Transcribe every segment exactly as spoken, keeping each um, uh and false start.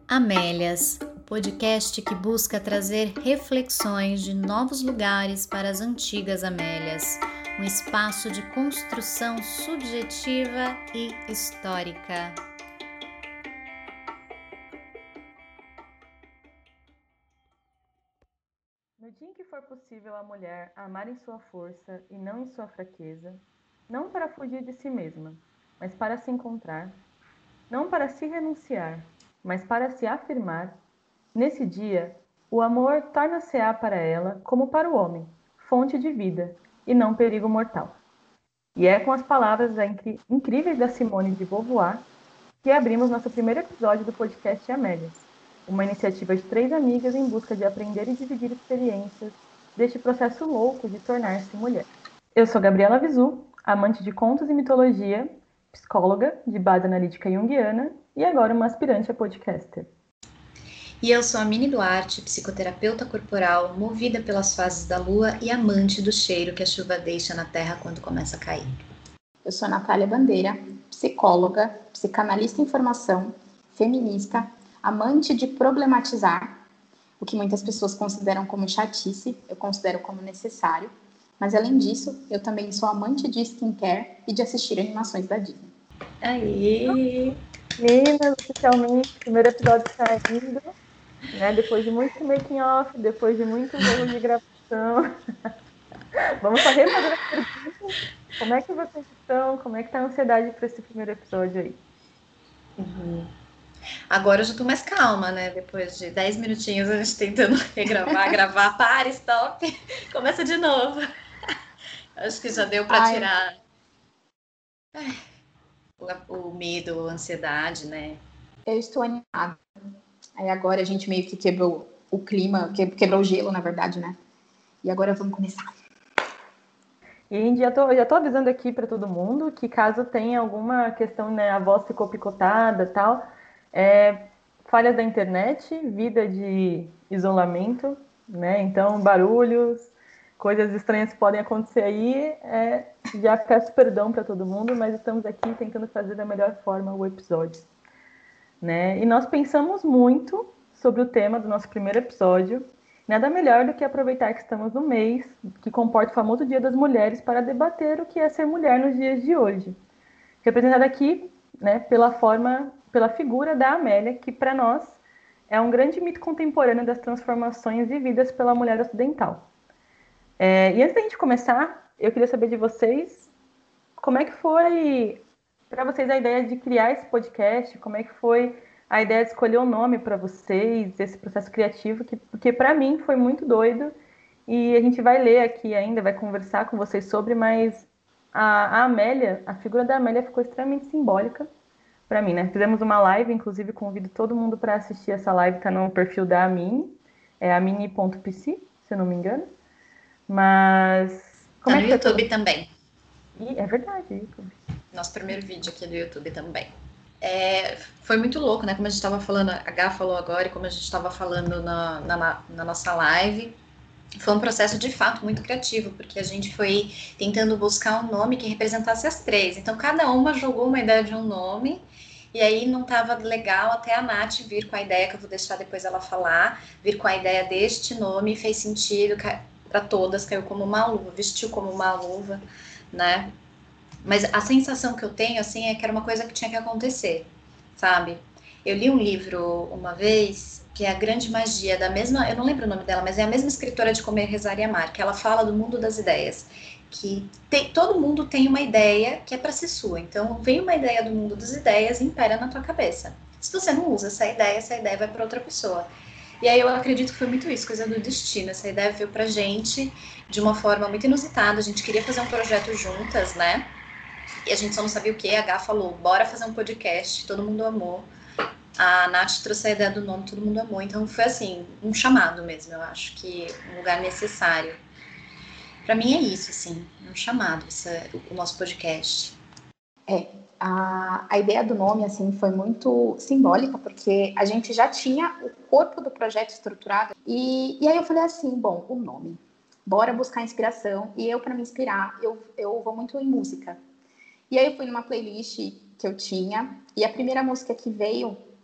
Amélias, podcast que busca trazer reflexões de novos lugares para as antigas Amélias, um espaço de construção subjetiva e histórica. No dia em que for possível a mulher amar em sua força e não em sua fraqueza, não para fugir de si mesma, mas para se encontrar, não para se renunciar, mas para se afirmar, nesse dia, o amor torna-se-á para ela, como para o homem, fonte de vida, e não perigo mortal. E é com as palavras incríveis da Simone de Beauvoir que abrimos nosso primeiro episódio do podcast Amélias, uma iniciativa de três amigas em busca de aprender e dividir experiências deste processo louco de tornar-se mulher. Eu sou Gabriela Visu, amante de contos e mitologia, psicóloga de base analítica junguiana e agora uma aspirante a podcaster. E eu sou a Mini Duarte, psicoterapeuta corporal, movida pelas fases da lua e amante do cheiro que a chuva deixa na terra quando começa a cair. Eu sou a Natália Bandeira, psicóloga, psicanalista em formação, feminista, amante de problematizar, o que muitas pessoas consideram como chatice, eu considero como necessário, mas além disso, eu também sou amante de skincare e de assistir animações da Disney. Aí, Meninas, oficialmente, primeiro episódio saindo, né? Depois de muito making off, depois de muitos erros de gravação. Vamos só refazer as perguntas. Como é que vocês estão? Como é que tá a ansiedade para esse primeiro episódio aí? Uhum. Agora eu já tô mais calma, né? Depois de dez minutinhos a gente tentando regravar, gravar, para, stop, começa de novo. Acho que já deu para Ai. tirar Ai, o, o medo, a ansiedade, né? Eu estou animada. Aí agora a gente meio que quebrou o clima, quebrou o gelo, na verdade, né? E agora vamos começar. E já tô, já tô avisando aqui para todo mundo que caso tenha alguma questão, né, a voz ficou picotada e tal, é, falhas da internet, vida de isolamento, né? Então barulhos, coisas estranhas podem acontecer aí. É, já peço perdão para todo mundo, mas estamos aqui tentando fazer da melhor forma o episódio, né? E nós pensamos muito sobre o tema do nosso primeiro episódio. Nada melhor do que aproveitar que estamos no mês que comporta o famoso Dia das Mulheres para debater o que é ser mulher nos dias de hoje. Representada aqui, né, pela forma, pela figura da Amélia, que para nós é um grande mito contemporâneo das transformações vividas pela mulher ocidental. É, e antes da gente começar, eu queria saber de vocês como é que foi para vocês a ideia de criar esse podcast, como é que foi a ideia de escolher o nome para vocês, esse processo criativo, que, porque para mim foi muito doido, e a gente vai ler aqui ainda, vai conversar com vocês sobre, mas a, a Amélia, a figura da Amélia ficou extremamente simbólica para mim, né? Fizemos uma live, inclusive convido todo mundo para assistir essa live, tá no perfil da Amini, é amini ponto p c, se eu não me engano, mas... Como tá é no YouTube também. E é verdade, YouTube. Nosso primeiro vídeo aqui do YouTube também. É, foi muito louco, né? Como a gente estava falando, a Gá falou agora, e como a gente estava falando na, na, na nossa live, foi um processo de fato muito criativo, porque a gente foi tentando buscar um nome que representasse as três. Então, cada uma jogou uma ideia de um nome, e aí não estava legal até a Nath vir com a ideia, que eu vou deixar depois ela falar, vir com a ideia deste nome, fez sentido para todas, caiu como uma luva, vestiu como uma luva, né? Mas a sensação que eu tenho, assim, é que era uma coisa que tinha que acontecer, sabe? Eu li um livro uma vez, que é A Grande Magia, da mesma, eu não lembro o nome dela, mas é a mesma escritora de Comer, Rezar e Amar, que ela fala do mundo das ideias, que tem, todo mundo tem uma ideia que é para ser sua, então vem uma ideia do mundo das ideias e impera na tua cabeça. Se você não usa essa ideia, essa ideia vai para outra pessoa. E aí eu acredito que foi muito isso, coisa do destino, essa ideia veio pra gente de uma forma muito inusitada, a gente queria fazer um projeto juntas, né? E a gente só não sabia o que, a Gá falou, bora fazer um podcast, todo mundo amou. A Nath trouxe a ideia do nome, todo mundo amou. Então foi assim, um chamado mesmo, eu acho que um lugar necessário. Pra mim é isso, assim, um chamado, esse, o nosso podcast. É, a, a ideia do nome, assim, foi muito simbólica, porque a gente já tinha o corpo do projeto estruturado. E, e aí eu falei assim, bom, o nome, bora buscar inspiração. E eu, para me inspirar, eu, eu vou muito em música. E aí eu fui numa playlist que eu tinha, e a primeira música que veio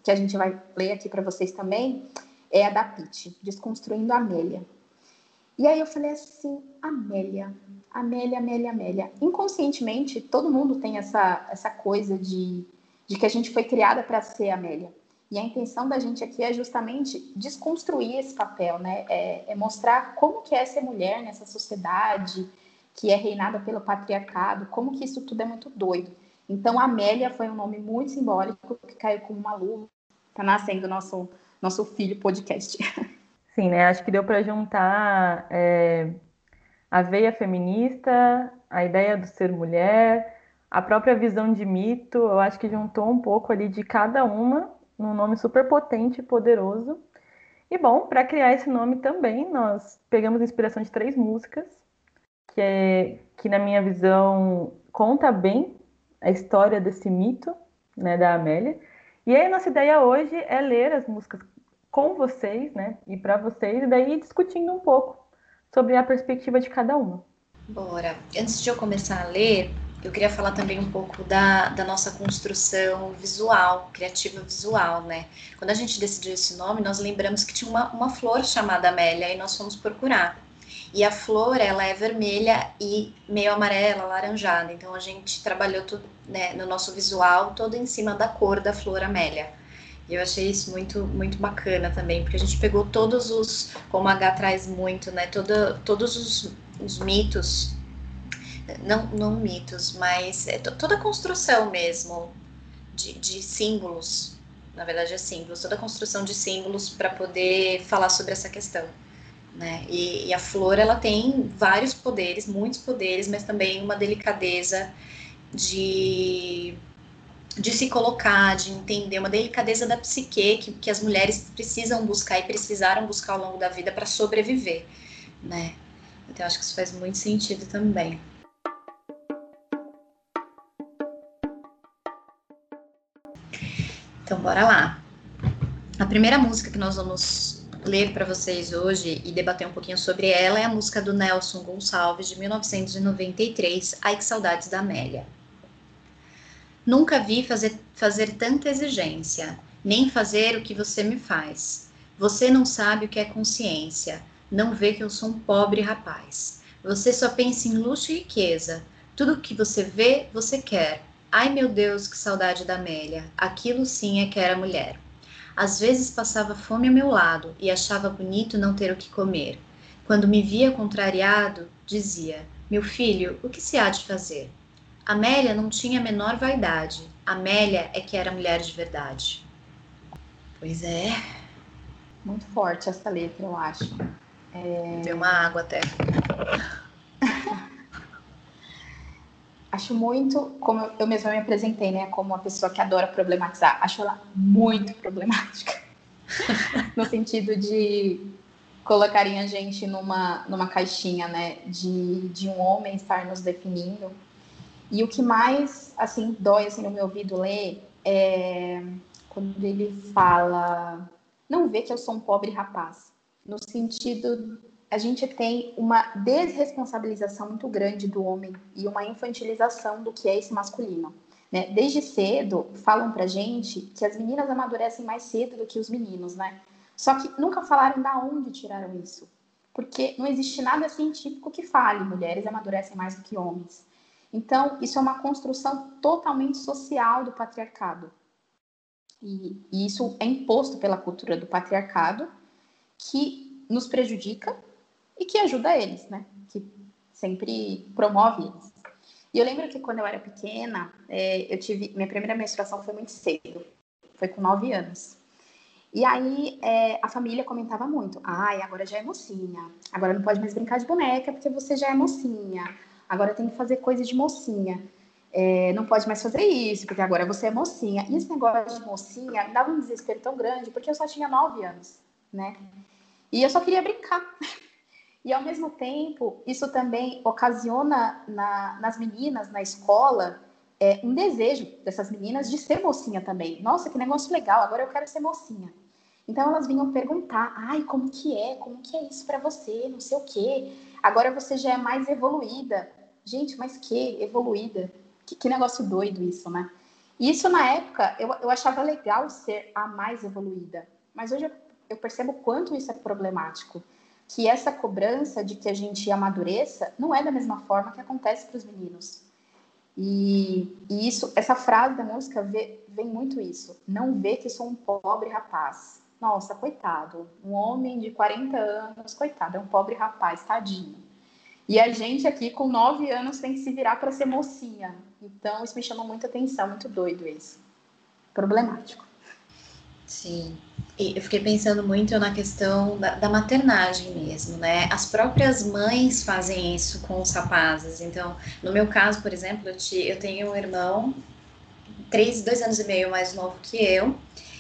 que a gente vai ler aqui para vocês também, é a da Pitty, Desconstruindo a Amélia. E aí eu falei assim, Amélia, Amélia, Amélia, Amélia. Inconscientemente, todo mundo tem essa, essa coisa de, de que a gente foi criada para ser Amélia. E a intenção da gente aqui é justamente desconstruir esse papel, né? É, é mostrar como que é ser mulher nessa sociedade que é reinada pelo patriarcado, como que isso tudo é muito doido. Então, Amélia foi um nome muito simbólico que caiu como uma luva. Tá nascendo nosso nosso filho podcast. Sim, né? Acho que deu para juntar é, a veia feminista, a ideia do ser mulher, a própria visão de mito. Eu acho que juntou um pouco ali de cada uma num nome super potente e poderoso. E bom, para criar esse nome também, nós pegamos inspiração de três músicas, que, é, que na minha visão conta bem a história desse mito, né, da Amélia. E aí a nossa ideia hoje é ler as músicas com vocês, né, e para vocês, e daí discutindo um pouco sobre a perspectiva de cada uma. Bora. Antes de eu começar a ler, eu queria falar também um pouco da, da nossa construção visual, criativa visual, né? Quando a gente decidiu esse nome, nós lembramos que tinha uma, uma flor chamada Amélia e nós fomos procurar. E a flor, ela é vermelha e meio amarela, alaranjada. Então a gente trabalhou tudo, né, no nosso visual todo em cima da cor da flor Amélia. E eu achei isso muito, muito bacana também, porque a gente pegou todos os, como a H traz muito, né, toda, todos os, os mitos, não, não mitos, mas é toda a construção mesmo de, de símbolos, na verdade é símbolos, toda a construção de símbolos para poder falar sobre essa questão. Né? E, e a flor, ela tem vários poderes, muitos poderes, mas também uma delicadeza de, de se colocar, de entender, uma delicadeza da psique que, que as mulheres precisam buscar e precisaram buscar ao longo da vida para sobreviver, né? Então, acho que isso faz muito sentido também. Então, bora lá. A primeira música que nós vamos ler para vocês hoje e debater um pouquinho sobre ela é a música do Nelson Gonçalves, de mil novecentos e noventa e três, Ai Que Saudades da Amélia. Nunca vi fazer, fazer tanta exigência, nem fazer o que você me faz. Você não sabe o que é consciência, não vê que eu sou um pobre rapaz. Você só pensa em luxo e riqueza, tudo que você vê, você quer. Ai meu Deus, que saudade da Amélia, aquilo sim é que era mulher. Às vezes passava fome ao meu lado e achava bonito não ter o que comer. Quando me via contrariado, dizia, meu filho, o que se há de fazer? Amélia não tinha a menor vaidade. Amélia é que era mulher de verdade. Pois é. Muito forte essa letra, eu acho. É... Deu uma água até. Acho muito, como eu mesma me apresentei, né, como uma pessoa que adora problematizar. Acho ela muito problemática. No sentido de colocarem a gente numa, numa caixinha, né, de, de um homem estar nos definindo. E o que mais, assim, dói, assim, no meu ouvido ler é quando ele fala, não vê que eu sou um pobre rapaz. No sentido, a gente tem uma desresponsabilização muito grande do homem e uma infantilização do que é esse masculino. Né? Desde cedo, falam pra gente que as meninas amadurecem mais cedo do que os meninos, né? Só que nunca falaram da onde tiraram isso. Porque não existe nada científico que fale mulheres amadurecem mais do que homens. Então, isso é uma construção totalmente social do patriarcado. E, e isso é imposto pela cultura do patriarcado, que nos prejudica e que ajuda eles, né? Que sempre promove eles. E eu lembro que quando eu era pequena, é, eu tive... Minha primeira menstruação foi muito cedo. Foi com nove anos. E aí, é, a família comentava muito. Ai, agora já é mocinha. Agora não pode mais brincar de boneca porque você já é mocinha. Agora tem que fazer coisa de mocinha. É, não pode mais fazer isso, porque agora você é mocinha. E esse negócio de mocinha me dava um desespero tão grande, porque eu só tinha nove anos, né? E eu só queria brincar. E, ao mesmo tempo, isso também ocasiona na, nas meninas, na escola, é, um desejo dessas meninas de ser mocinha também. Nossa, que negócio legal, agora eu quero ser mocinha. Então, elas vinham perguntar, ai, como que é? Como que é isso pra você? Não sei o quê. Agora você já é mais evoluída. Gente, mas que evoluída? Que, que negócio doido isso, né? Isso, na época, eu, eu achava legal ser a mais evoluída. Mas hoje eu, eu percebo quanto isso é problemático. Que essa cobrança de que a gente amadureça não é da mesma forma que acontece para os meninos. E, e isso, essa frase da música vê, vem muito isso. Não vê que sou um pobre rapaz. Nossa, coitado. Um homem de quarenta anos, coitado, é um pobre rapaz, tadinho. E a gente aqui com nove anos tem que se virar para ser mocinha. Então isso me chama muita atenção, muito doido isso. Problemático. Sim. E eu fiquei pensando muito na questão da, da maternagem mesmo, né? As próprias mães fazem isso com os rapazes. Então, no meu caso, por exemplo, eu, te, eu tenho um irmão, três, dois anos e meio mais novo que eu,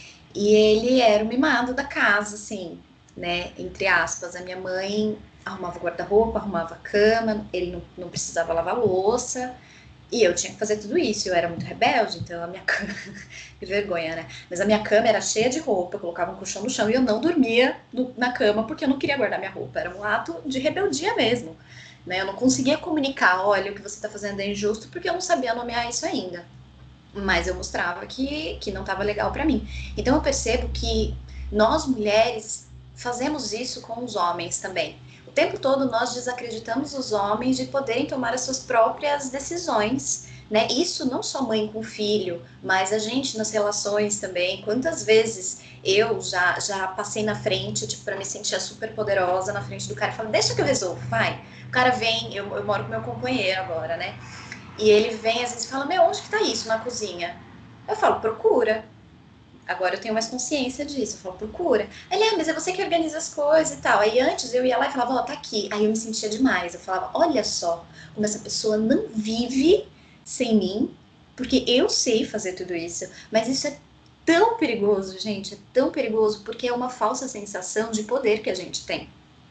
e ele era o mimado da casa, assim, né? Entre aspas, a minha mãe arrumava o guarda-roupa, arrumava a cama, ele não, não precisava lavar louça, e eu tinha que fazer tudo isso. Eu era muito rebelde, então a minha cama... que vergonha, né? Mas a minha cama era cheia de roupa, eu colocava um colchão no chão e eu não dormia no, na cama porque eu não queria guardar minha roupa. Era um ato de rebeldia mesmo, né? Eu não conseguia comunicar, olha, o que você tá fazendo é injusto, porque eu não sabia nomear isso ainda. Mas eu mostrava que, que não estava legal para mim. Então eu percebo que nós mulheres fazemos isso com os homens também. O tempo todo nós desacreditamos os homens de poderem tomar as suas próprias decisões, né? Isso não só mãe com filho, mas a gente nas relações também. Quantas vezes eu já, já passei na frente, tipo, para me sentir super poderosa na frente do cara e falar, deixa que eu resolvo, vai. O cara vem, eu, eu moro com meu companheiro agora, né? E ele vem às vezes e fala, meu, onde que tá isso na cozinha? Eu falo, procura. Agora eu tenho mais consciência disso. Eu falo, procura. Ele, ah, mas é você que organiza as coisas e tal. Aí antes eu ia lá e falava, ó, oh, tá aqui. Aí eu me sentia demais. Eu falava, olha só como essa pessoa não vive sem mim, porque eu sei fazer tudo isso. Mas isso é tão perigoso, gente. É tão perigoso porque é uma falsa sensação de poder que a gente tem.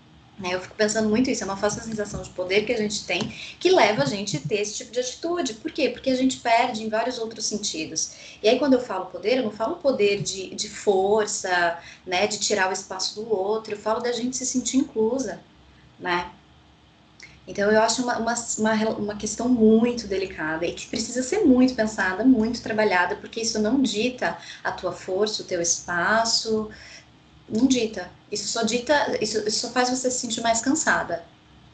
Eu fico pensando muito isso, é uma falsa sensação de poder que a gente tem que leva a gente a ter esse tipo de atitude. Por quê? Porque a gente perde em vários outros sentidos. E aí quando eu falo poder, eu não falo poder de, de força, né, de tirar o espaço do outro, eu falo da gente se sentir inclusa, né? Então eu acho uma, uma, uma, uma questão muito delicada e que precisa ser muito pensada, muito trabalhada, porque isso não dita a tua força, o teu espaço, não dita. Isso só dita, isso, isso só faz você se sentir mais cansada,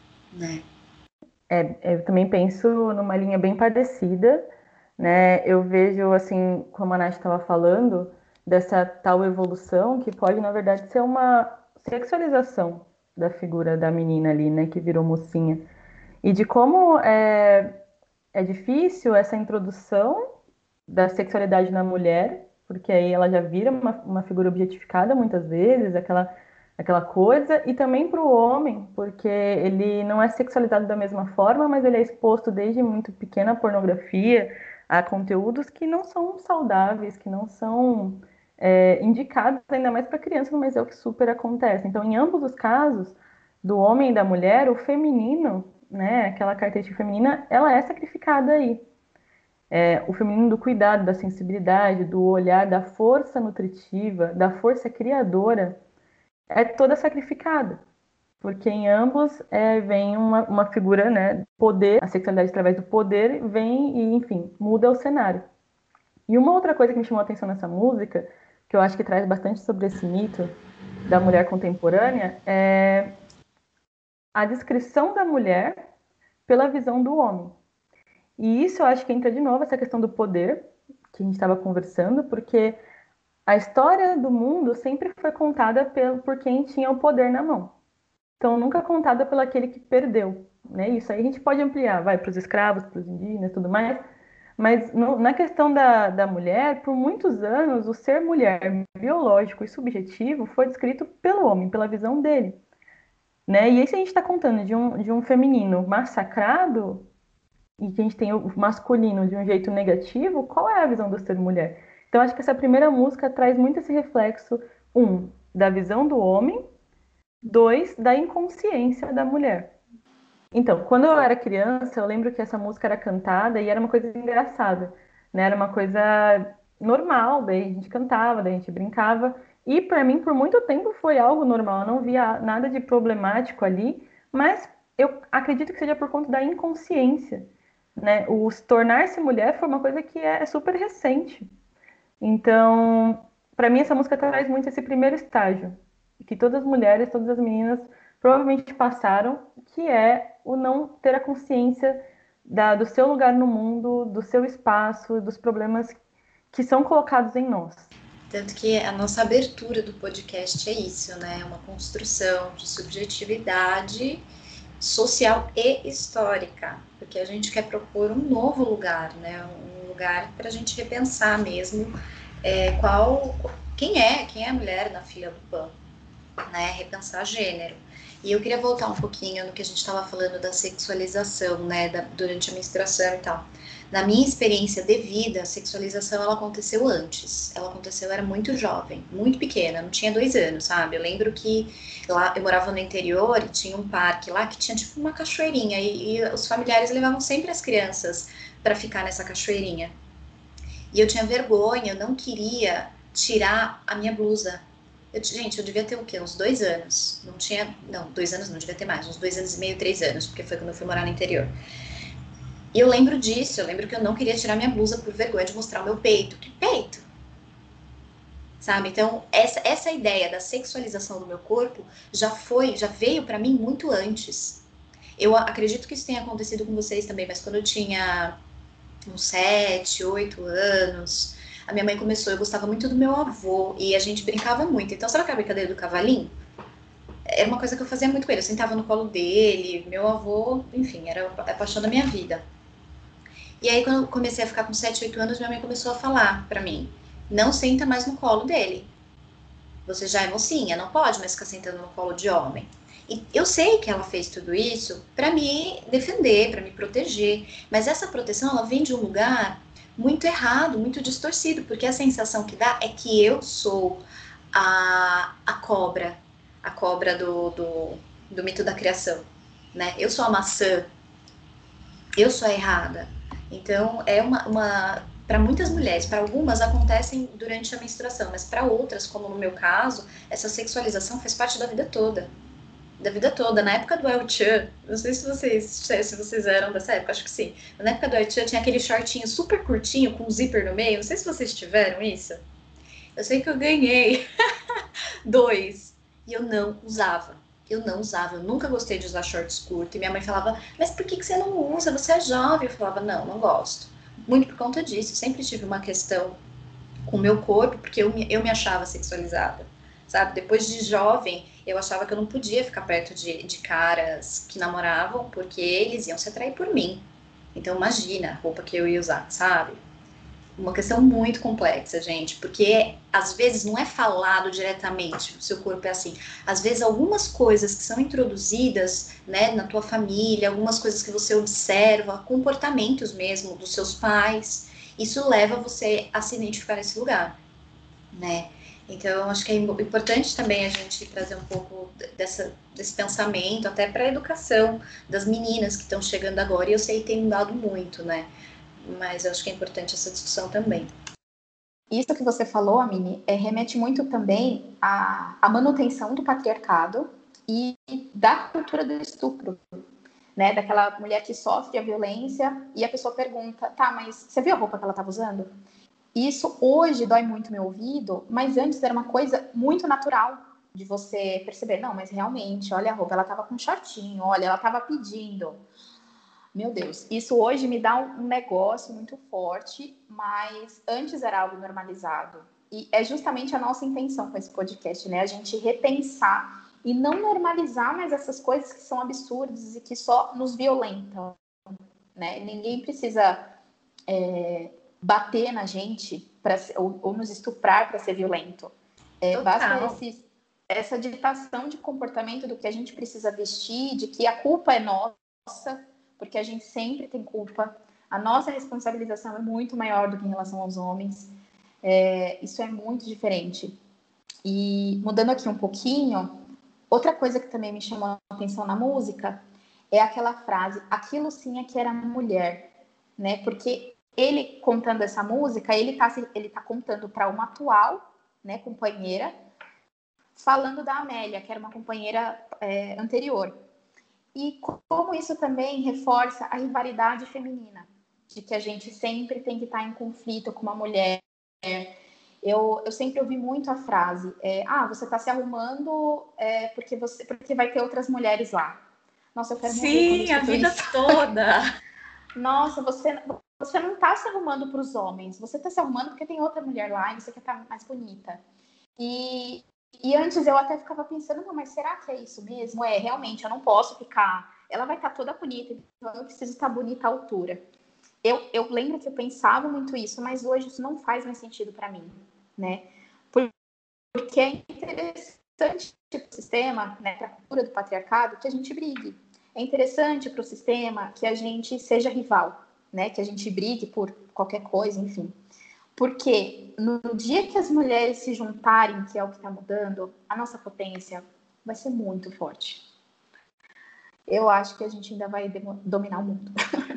né? É, eu também penso numa linha bem parecida, né? Eu vejo, assim, como a Nath estava falando, dessa tal evolução que pode, na verdade, ser uma sexualização da figura da menina ali, né? Que virou mocinha. E de como é, é difícil essa introdução da sexualidade na mulher, porque aí ela já vira uma, uma figura objetificada muitas vezes, aquela, aquela coisa, e também para o homem, porque ele não é sexualizado da mesma forma, mas ele é exposto desde muito pequena à pornografia, a conteúdos que não são saudáveis, que não são é, indicados ainda mais para criança, mas é o que super acontece. Então, em ambos os casos, do homem e da mulher, o feminino, né, aquela característica feminina, ela é sacrificada aí. É, o feminino do cuidado, da sensibilidade, do olhar, da força nutritiva, da força criadora, é toda sacrificada. Porque em ambos é, vem uma, uma figura, né, poder, a sexualidade através do poder vem e, enfim, muda o cenário. E uma outra coisa que me chamou a atenção nessa música, que eu acho que traz bastante sobre esse mito da mulher contemporânea, é a descrição da mulher pela visão do homem. E isso eu acho que entra de novo essa questão do poder, que a gente estava conversando, porque a história do mundo sempre foi contada por quem tinha o poder na mão. Então, nunca contada pelo aquele que perdeu. Né? Isso aí a gente pode ampliar, vai para os escravos, para os indígenas e tudo mais. Mas no, na questão da, da mulher, por muitos anos, o ser mulher biológico e subjetivo foi descrito pelo homem, pela visão dele. Né? E aí, se a gente está contando de um, de um feminino massacrado, e que a gente tem o masculino de um jeito negativo, qual é a visão do ser mulher? Então, acho que essa primeira música traz muito esse reflexo, um, da visão do homem, dois, da inconsciência da mulher. Então, quando eu era criança, eu lembro que essa música era cantada e era uma coisa engraçada, né? Era uma coisa normal, daí a gente cantava, daí a gente brincava, e para mim, por muito tempo, foi algo normal, eu não via nada de problemático ali, mas eu acredito que seja por conta da inconsciência, né? O se tornar-se mulher foi uma coisa que é super recente. Então, para mim, essa música traz muito esse primeiro estágio, que todas as mulheres, todas as meninas provavelmente passaram, que é o não ter a consciência da, do seu lugar no mundo, do seu espaço, dos problemas que são colocados em nós. Tanto que a nossa abertura do podcast é isso, né? Uma construção de subjetividade social e histórica, porque a gente quer propor um novo lugar, né? Um lugar para a gente repensar mesmo é, qual, quem é, quem é a mulher na fila do pão, né? Repensar gênero. E eu queria voltar um pouquinho no que a gente estava falando da sexualização, né? Da, durante a menstruação e tal. Na minha experiência de vida, a sexualização ela aconteceu antes. Ela aconteceu, eu era muito jovem, muito pequena, não tinha dois anos, sabe? Eu lembro que lá eu morava no interior e tinha um parque lá que tinha tipo uma cachoeirinha e, e os familiares levavam sempre as crianças para ficar nessa cachoeirinha. E eu tinha vergonha, eu não queria tirar a minha blusa. Eu, gente, eu devia ter o quê? Uns dois anos. Não tinha, não, dois anos não, devia ter mais, uns dois anos e meio, três anos, porque foi quando eu fui morar no interior. E eu lembro disso, eu lembro que eu não queria tirar minha blusa por vergonha de mostrar o meu peito. Que peito? Sabe? Então, essa, essa ideia da sexualização do meu corpo já foi, já veio pra mim muito antes. Eu acredito que isso tenha acontecido com vocês também, mas quando eu tinha uns sete, oito anos, a minha mãe começou, eu gostava muito do meu avô e a gente brincava muito. Então, sabe aquela brincadeira do cavalinho? Era uma coisa que eu fazia muito com ele. Eu sentava no colo dele, meu avô, enfim, era a paixão da minha vida. E aí, quando eu comecei a ficar com sete, oito anos, minha mãe começou a falar pra mim: não senta mais no colo dele. Você já é mocinha, não pode mais ficar sentando no colo de homem. E eu sei que ela fez tudo isso pra me defender, pra me proteger. Mas essa proteção, ela vem de um lugar muito errado, muito distorcido, porque a sensação que dá é que eu sou a, a cobra, a cobra do, do, do mito da criação, né? Eu sou a maçã, eu sou a errada. Então, é uma, uma para muitas mulheres, para algumas acontecem durante a menstruação, mas para outras, como no meu caso, essa sexualização faz parte da vida toda. Da vida toda. Na época do El Chan, não sei se vocês, se vocês eram dessa época, acho que sim. Na época do El Chan tinha aquele shortinho super curtinho com um zíper no meio. Não sei se vocês tiveram isso. Eu sei que eu ganhei dois e eu não usava. Eu não usava, eu nunca gostei de usar shorts curtos. E minha mãe falava, mas por que, que você não usa? Você é jovem. Eu falava, não, não gosto. Muito por conta disso. Eu sempre tive uma questão com o meu corpo, porque eu me, eu me achava sexualizada, sabe? Depois de jovem, eu achava que eu não podia ficar perto de, de caras que namoravam, porque eles iam se atrair por mim. Então, imagina a roupa que eu ia usar, sabe? Uma questão muito complexa, gente, porque às vezes não é falado diretamente, o seu corpo é assim. Às vezes algumas coisas que são introduzidas, né, na tua família, algumas coisas que você observa, comportamentos mesmo dos seus pais, isso leva você a se identificar nesse lugar, né? Então, acho que é importante também a gente trazer um pouco dessa, desse pensamento, até para a educação das meninas que estão chegando agora, e eu sei que tem mudado muito, né? Mas eu acho que é importante essa discussão também. Isso que você falou, Amine, é, remete muito também à, à manutenção do patriarcado e da cultura do estupro, né? Daquela mulher que sofre a violência e a pessoa pergunta, tá, mas você viu a roupa que ela estava usando? Isso hoje dói muito meu ouvido, mas antes era uma coisa muito natural de você perceber, não, mas realmente, olha a roupa, ela estava com um shortinho, olha, ela estava pedindo. Meu Deus, isso hoje me dá um negócio muito forte, mas antes era algo normalizado. E é justamente a nossa intenção com esse podcast, né? A gente repensar e não normalizar mais essas coisas que são absurdas e que só nos violentam, né? Ninguém precisa é, bater na gente pra, ou, ou nos estuprar para ser violento. É, basta esse, essa ditação de comportamento do que a gente precisa vestir, de que a culpa é nossa, porque a gente sempre tem culpa. A nossa responsabilização é muito maior do que em relação aos homens. É, isso é muito diferente. E mudando aqui um pouquinho, outra coisa que também me chamou a atenção na música é aquela frase, aquilo sim é que era mulher, né? Porque ele contando essa música, ele tá, ele tá contando para uma atual, né, companheira, falando da Amélia, que era uma companheira é, anterior. E como isso também reforça a rivalidade feminina, de que a gente sempre tem que estar em conflito com uma mulher. Eu, eu sempre ouvi muito a frase, é, ah, você está se arrumando é, porque, você, porque vai ter outras mulheres lá. Nossa, eu quero morrer quando eu Sim, a escuto vida isso. toda. Nossa, você, você não está se arrumando para os homens, você está se arrumando porque tem outra mulher lá e você quer estar mais bonita. E, e antes eu até ficava pensando, não, mas será que é isso mesmo? É, realmente, eu não posso ficar... Ela vai estar toda bonita, então eu preciso estar bonita à altura. Eu, eu lembro que eu pensava muito isso, mas hoje isso não faz mais sentido para mim, né? Porque é interessante para o sistema, né, para a cultura do patriarcado, que a gente brigue. É interessante para o sistema que a gente seja rival, né? Que a gente brigue por qualquer coisa, enfim. Porque no dia que as mulheres se juntarem, que é o que está mudando, a nossa potência vai ser muito forte. Eu acho que a gente ainda vai dominar o mundo.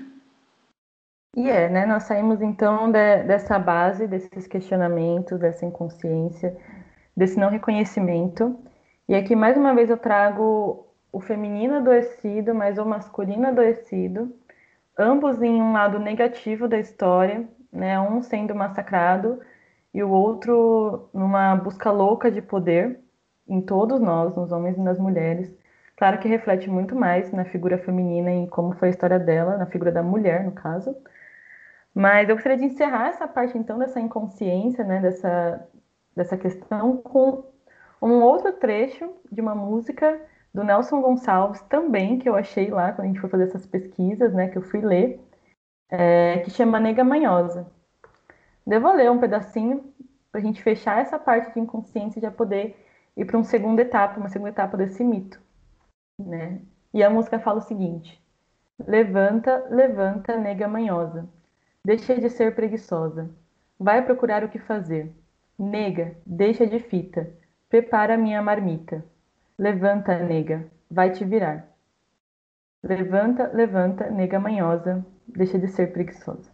E é, né? Nós saímos então de, dessa base, desses questionamentos, dessa inconsciência, desse não reconhecimento. E aqui mais uma vez eu trago o feminino adoecido, mas o masculino adoecido, ambos em um lado negativo da história, né? Um sendo massacrado e o outro numa busca louca de poder em todos nós, nos homens e nas mulheres. Claro que reflete muito mais na figura feminina e como foi a história dela, na figura da mulher, no caso. Mas eu gostaria de encerrar essa parte, então, dessa inconsciência, né, dessa, dessa questão, com um outro trecho de uma música do Nelson Gonçalves, também, que eu achei lá, quando a gente foi fazer essas pesquisas, né, que eu fui ler, é, que chama Nega Manhosa. Devo ler um pedacinho para a gente fechar essa parte de inconsciência e já poder ir para uma segunda etapa, uma segunda etapa desse mito, né? E a música fala o seguinte: levanta, levanta, nega manhosa. Deixa de ser preguiçosa. Vai procurar o que fazer. Nega, deixa de fita. Prepara minha marmita. Levanta, nega, vai te virar. Levanta, levanta, nega manhosa. Deixa de ser preguiçosa.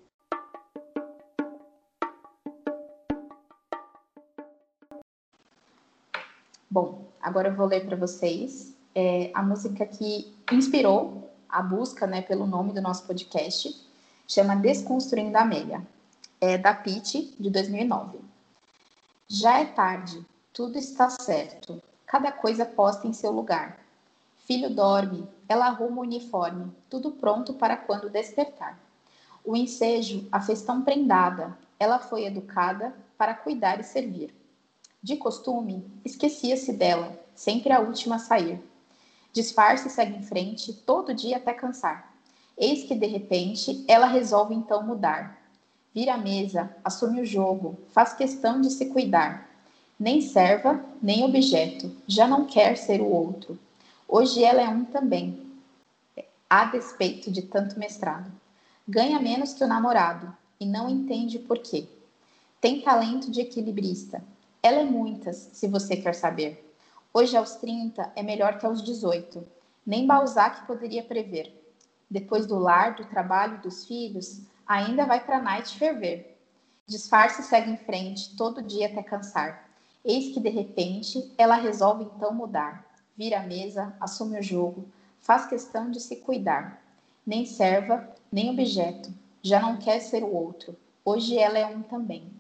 Bom, agora eu vou ler para vocês é, a música que inspirou a busca, né, pelo nome do nosso podcast. Chama Desconstruindo a Amélia. É da Pitty, de dois mil e nove. Já é tarde, tudo está certo, cada coisa posta em seu lugar. Filho dorme, ela arruma o uniforme, tudo pronto para quando despertar. O ensejo a fez tão prendada, ela foi educada para cuidar e servir. De costume, esquecia-se dela, sempre a última a sair. Disfarce e segue em frente, todo dia até cansar. Eis que, de repente, ela resolve então mudar. Vira a mesa, assume o jogo, faz questão de se cuidar. Nem serva, nem objeto, já não quer ser o outro. Hoje ela é um também, a despeito de tanto mestrado. Ganha menos que o namorado, e não entende por quê. Tem talento de equilibrista. Ela é muitas, se você quer saber. Hoje aos trinta é melhor que aos dezoito. Nem Balzac poderia prever. Depois do lar, do trabalho e dos filhos, ainda vai para a night ferver. Disfarce e segue em frente, todo dia até cansar. Eis que, de repente, ela resolve então mudar. Vira a mesa, assume o jogo, faz questão de se cuidar. Nem serva, nem objeto, já não quer ser o outro. Hoje ela é um também.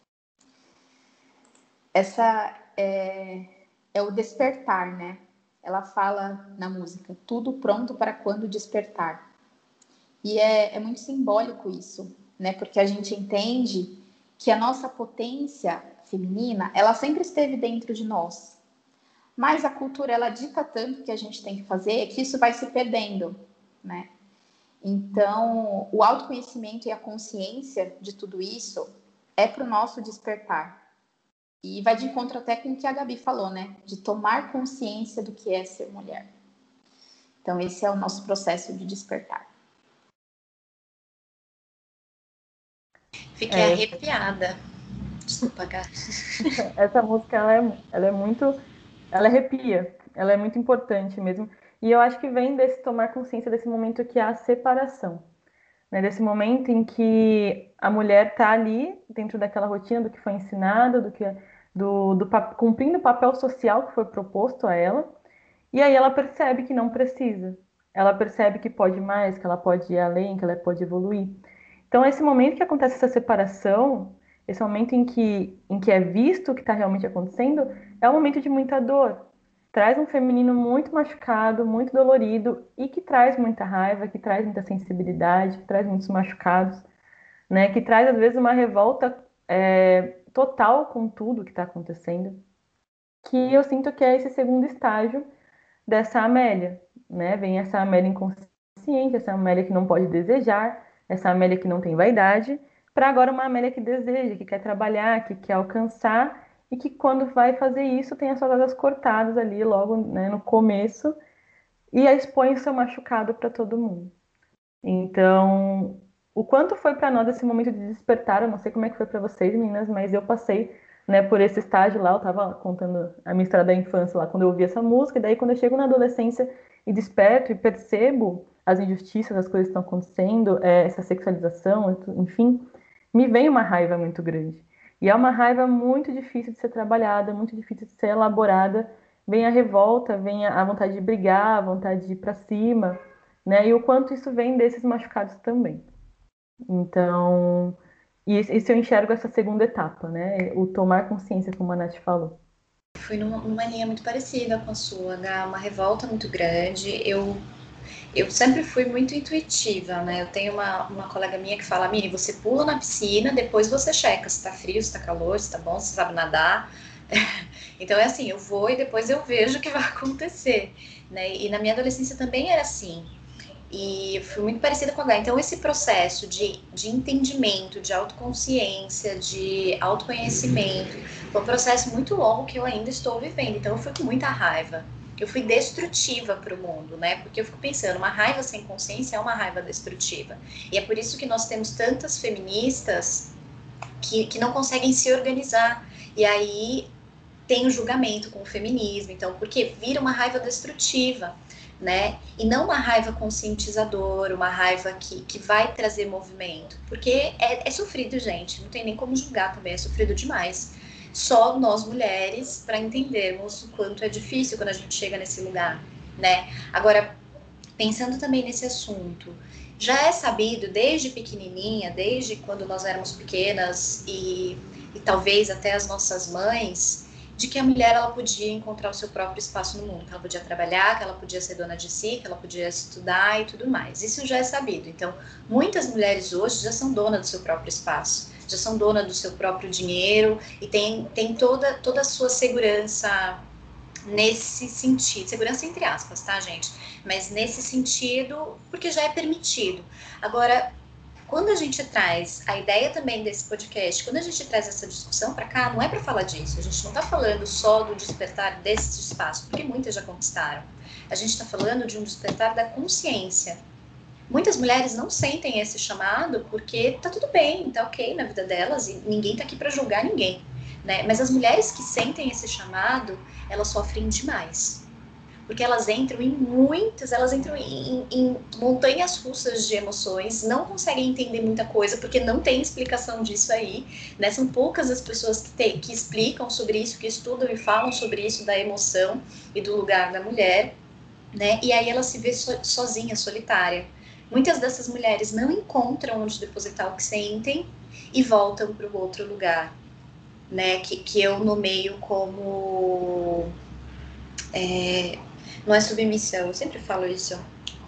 Essa é, é o despertar, né? Ela fala na música, tudo pronto para quando despertar. E é, é muito simbólico isso, né? Porque a gente entende que a nossa potência feminina, ela sempre esteve dentro de nós. Mas a cultura, ela dita tanto que a gente tem que fazer que isso vai se perdendo, né? Então, o autoconhecimento e a consciência de tudo isso é para o nosso despertar. E vai de encontro até com o que a Gabi falou, né? De tomar consciência do que é ser mulher. Então, esse é o nosso processo de despertar. Fiquei É, arrepiada. Desculpa, Gabi. essa música, ela é, ela é muito... Ela arrepia. Ela é muito importante mesmo. E eu acho que vem desse tomar consciência desse momento que é a separação. Né? Desse momento em que a mulher está ali, dentro daquela rotina do que foi ensinado, do que, do, do, cumprindo o papel social que foi proposto a ela. E aí ela percebe que não precisa. ela percebe que pode mais, que ela pode ir além, que ela pode evoluir. Então, esse momento que acontece essa separação, esse momento em que, em que é visto o que está realmente acontecendo, é um momento de muita dor. Traz um feminino muito machucado, muito dolorido e que traz muita raiva, que traz muita sensibilidade, que traz muitos machucados, né? Que traz, às vezes, uma revolta é, total com tudo que está acontecendo, que eu sinto que é esse segundo estágio dessa Amélia, né? Vem essa Amélia inconsciente, essa Amélia que não pode desejar, essa Amélia que não tem vaidade, para agora uma Amélia que deseja, que quer trabalhar, que quer alcançar e que quando vai fazer isso tem as suas asas cortadas ali logo, né, no começo e expõe o seu machucado para todo mundo. Então, o quanto foi para nós esse momento de despertar, eu não sei como é que foi para vocês, meninas, mas eu passei, né, por esse estágio lá, eu estava contando a minha história da infância lá, quando eu ouvi essa música, e daí quando eu chego na adolescência e desperto e percebo as injustiças, as coisas que estão acontecendo, é, essa sexualização, enfim, me vem uma raiva muito grande. E é uma raiva muito difícil de ser trabalhada, muito difícil de ser elaborada. Vem a revolta, vem a vontade de brigar, a vontade de ir para cima, né? E o quanto isso vem desses machucados também. Então, e isso eu enxergo essa segunda etapa, né? O tomar consciência, como a Nath falou. Fui numa, numa linha muito parecida com a sua, né? Uma revolta muito grande. Eu, eu sempre fui muito intuitiva, né? Eu tenho uma, uma colega minha que fala, Miri, você pula na piscina, depois você checa se tá frio, se tá calor, se tá bom, se sabe nadar. Então é assim, eu vou e depois eu vejo o que vai acontecer, né? E na minha adolescência também era assim. E fui muito parecida com a Gá. Então, esse processo de, de entendimento, de autoconsciência, de autoconhecimento, foi um processo muito longo que eu ainda estou vivendo. Então, eu fui com muita raiva. Eu fui destrutiva para o mundo, né? Porque eu fico pensando, uma raiva sem consciência é uma raiva destrutiva. E é por isso que nós temos tantas feministas que, que não conseguem se organizar. E aí tem o julgamento com o feminismo. Então, porque vira uma raiva destrutiva, né? E não uma raiva conscientizadora, uma raiva que, que vai trazer movimento, porque é, é sofrido, gente, não tem nem como julgar também, é sofrido demais. Só nós mulheres para entendermos o quanto é difícil quando a gente chega nesse lugar, né? Agora, pensando também nesse assunto, já é sabido desde pequenininha, desde quando nós éramos pequenas e, e talvez até as nossas mães, de que a mulher ela podia encontrar o seu próprio espaço no mundo, que ela podia trabalhar, que ela podia ser dona de si, que ela podia estudar e tudo mais. Isso já é sabido. Então, muitas mulheres hoje já são donas do seu próprio espaço, já são donas do seu próprio dinheiro e tem, tem toda, toda a sua segurança nesse sentido, segurança entre aspas, tá, gente? Mas nesse sentido, porque já é permitido. Agora, quando a gente traz a ideia também desse podcast, quando a gente traz essa discussão para cá, não é para falar disso. A gente não está falando só do despertar desse espaço, porque muitas já conquistaram. A gente está falando de um despertar da consciência. Muitas mulheres não sentem esse chamado porque tá tudo bem, tá ok na vida delas e ninguém tá aqui para julgar ninguém, né? Mas as mulheres que sentem esse chamado, elas sofrem demais. Porque elas entram em muitas, elas entram em, em montanhas russas de emoções, não conseguem entender muita coisa, porque não tem explicação disso aí, né? São poucas as pessoas que, tem, que explicam sobre isso, que estudam e falam sobre isso, da emoção e do lugar da mulher, né? E aí ela se vê so, sozinha, solitária. Muitas dessas mulheres não encontram onde depositar o que sentem e voltam para o outro lugar, né? Que, que eu nomeio como... É, não é submissão, eu sempre falo isso.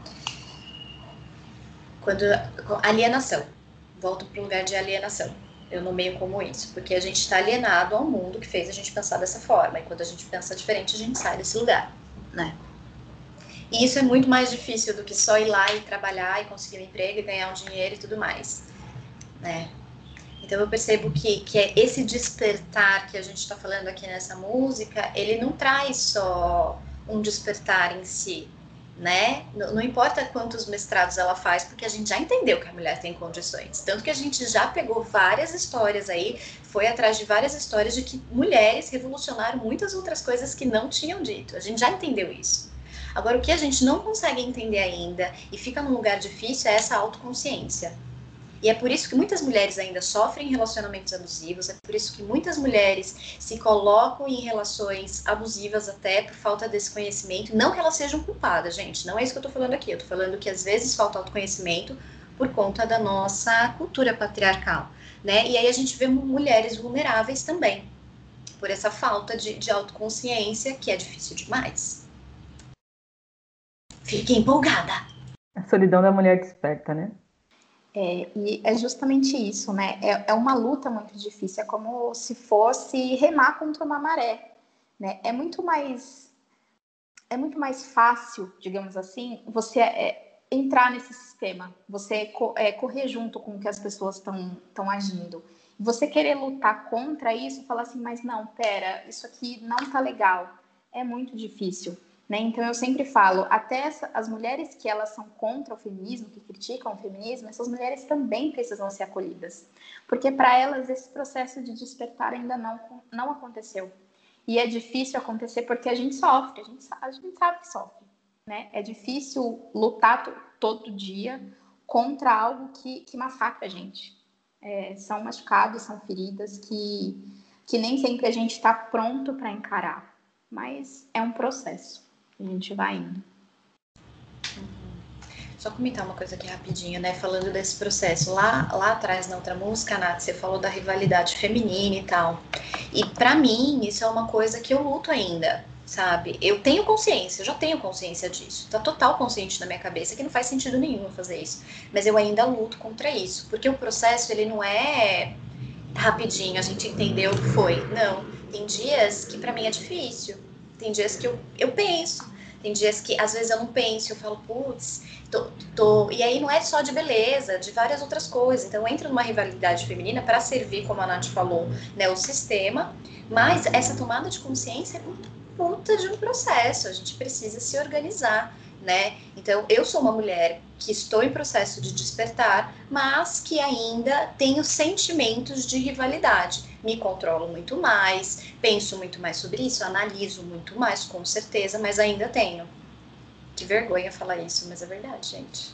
Quando alienação, volto para o lugar de alienação. Eu nomeio como isso, porque a gente está alienado ao mundo que fez a gente pensar dessa forma. E quando a gente pensa diferente, a gente sai desse lugar, né? E isso é muito mais difícil do que só ir lá e trabalhar e conseguir um emprego e ganhar um dinheiro e tudo mais, né? Então eu percebo que, que é esse despertar que a gente está falando aqui nessa música, ele não traz só um despertar em si, né? Não, não importa quantos mestrados ela faz, porque a gente já entendeu que a mulher tem condições. Tanto que a gente já pegou várias histórias aí, foi atrás de várias histórias de que mulheres revolucionaram muitas outras coisas que não tinham dito. A gente já entendeu isso. Agora, o que a gente não consegue entender ainda e fica num lugar difícil é essa autoconsciência. E é por isso que muitas mulheres ainda sofrem relacionamentos abusivos, é por isso que muitas mulheres se colocam em relações abusivas até por falta desse conhecimento. Não que elas sejam culpadas, gente, não é isso que eu tô falando aqui. Eu tô falando que às vezes falta autoconhecimento por conta da nossa cultura patriarcal, né? E aí a gente vê mulheres vulneráveis também, por essa falta de, de autoconsciência, que é difícil demais. Fique empolgada! A solidão da mulher desperta, né? É, e é justamente isso, né? É, é uma luta muito difícil, é como se fosse remar contra uma maré, né? É muito mais, é muito mais fácil, digamos assim, você é, entrar nesse sistema, você co, é, correr junto com o que as pessoas estão agindo. Você querer lutar contra isso, falar assim, mas não, pera, isso aqui não tá legal, é muito difícil. Né? Então, eu sempre falo, até essa, as mulheres que elas são contra o feminismo, que criticam o feminismo, essas mulheres também precisam ser acolhidas. Porque para elas esse processo de despertar ainda não, não aconteceu. E é difícil acontecer porque a gente sofre, a gente, a gente sabe que sofre. Né? É difícil lutar to, todo dia contra algo que, que massacra a gente. É, são machucados, são feridas que, que nem sempre a gente está pronto para encarar. Mas é um processo. A gente vai indo. Só comentar uma coisa aqui rapidinho, né? Falando desse processo. Lá, lá atrás, na outra música, Nath, você falou da rivalidade feminina e tal. E pra mim, isso é uma coisa que eu luto ainda, sabe? Eu tenho consciência, eu já tenho consciência disso. Tá total consciente na minha cabeça que não faz sentido nenhum fazer isso. Mas eu ainda luto contra isso. Porque o processo, ele não é rapidinho, a gente entendeu o que foi. Não. Tem dias que pra mim é difícil. Tem dias que eu, eu penso. Tem dias que, às vezes, eu não penso. Eu falo, putz, tô, tô... E aí não é só de beleza, de várias outras coisas. Então, eu entro numa rivalidade feminina para servir, como a Nath falou, né, o sistema. Mas essa tomada de consciência é muito puta de um processo. A gente precisa se organizar, né? Então, eu sou uma mulher que estou em processo de despertar, mas que ainda tenho sentimentos de rivalidade. Me controlo muito mais, penso muito mais sobre isso, analiso muito mais, com certeza, mas ainda tenho. Que vergonha falar isso, mas é verdade, gente.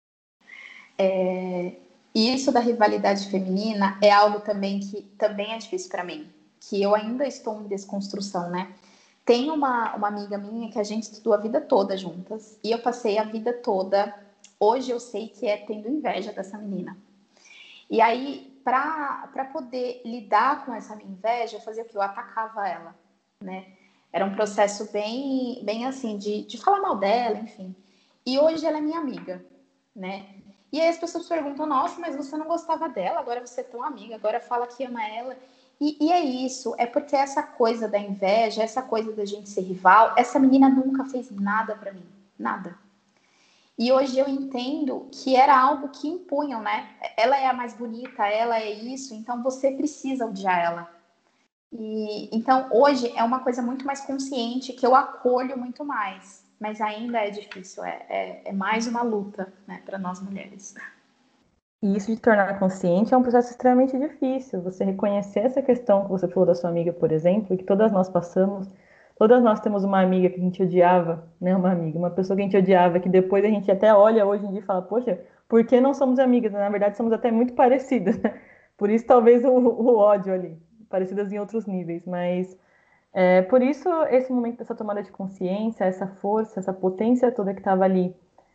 É, e isso da rivalidade feminina é algo também que também é difícil para mim, que eu ainda estou em desconstrução, né? Tem uma, uma amiga minha que a gente estudou a vida toda juntas, e eu passei a vida toda, hoje eu sei que é tendo inveja dessa menina. E aí, para poder lidar com essa minha inveja, eu fazia o quê? Eu atacava ela, né? Era um processo bem, bem assim, de, de falar mal dela, enfim. E hoje ela é minha amiga, né? E aí as pessoas perguntam, nossa, mas você não gostava dela, agora você é tão amiga, agora fala que ama ela. E, e é isso, é porque essa coisa da inveja, essa coisa da gente ser rival, essa menina nunca fez nada pra mim, nada. E hoje eu entendo que era algo que impunham, né? Ela é a mais bonita, ela é isso, então você precisa odiar ela. E, então hoje é uma coisa muito mais consciente, que eu acolho muito mais. Mas ainda é difícil, é, é, é mais uma luta, né, para nós mulheres. E isso de tornar consciente é um processo extremamente difícil. Você reconhecer essa questão que você falou da sua amiga, por exemplo, que todas nós passamos. Todas nós temos uma amiga que a gente odiava, né? Uma amiga, uma pessoa que a gente odiava, que depois a gente até olha hoje em dia e fala, poxa, por que não somos amigas? Na verdade, somos até muito parecidas, né? Por isso, talvez, o, o ódio ali, parecidas em outros níveis. Mas, é, por isso, esse momento dessa tomada de consciência, essa força, essa potência toda que estava ali,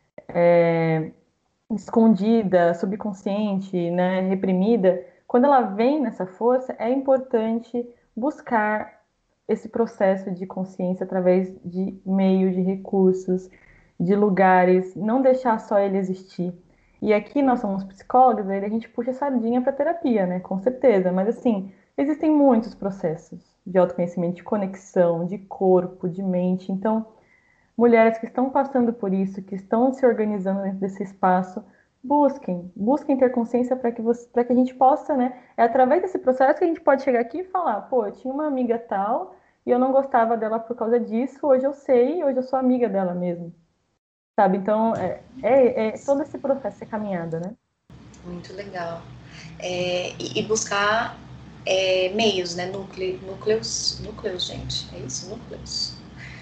é, escondida, subconsciente, né, reprimida, quando ela vem nessa força, é importante buscar esse processo de consciência através de meios, de recursos, de lugares, não deixar só ele existir. E aqui nós somos psicólogas, aí a gente puxa a sardinha para terapia, né, com certeza, mas assim, existem muitos processos de autoconhecimento, de conexão, de corpo, de mente, então mulheres que estão passando por isso, que estão se organizando dentro desse espaço, busquem, busquem ter consciência para que, você, para que a gente possa, né? É através desse processo que a gente pode chegar aqui e falar, pô, eu tinha uma amiga tal e eu não gostava dela por causa disso, hoje eu sei, hoje eu sou amiga dela mesmo. Sabe? Então, é, é, é todo esse processo, essa caminhada, né? Muito legal. É, e, e buscar é, meios, né? Núcleo, núcleos, núcleos, gente, é isso? Núcleos.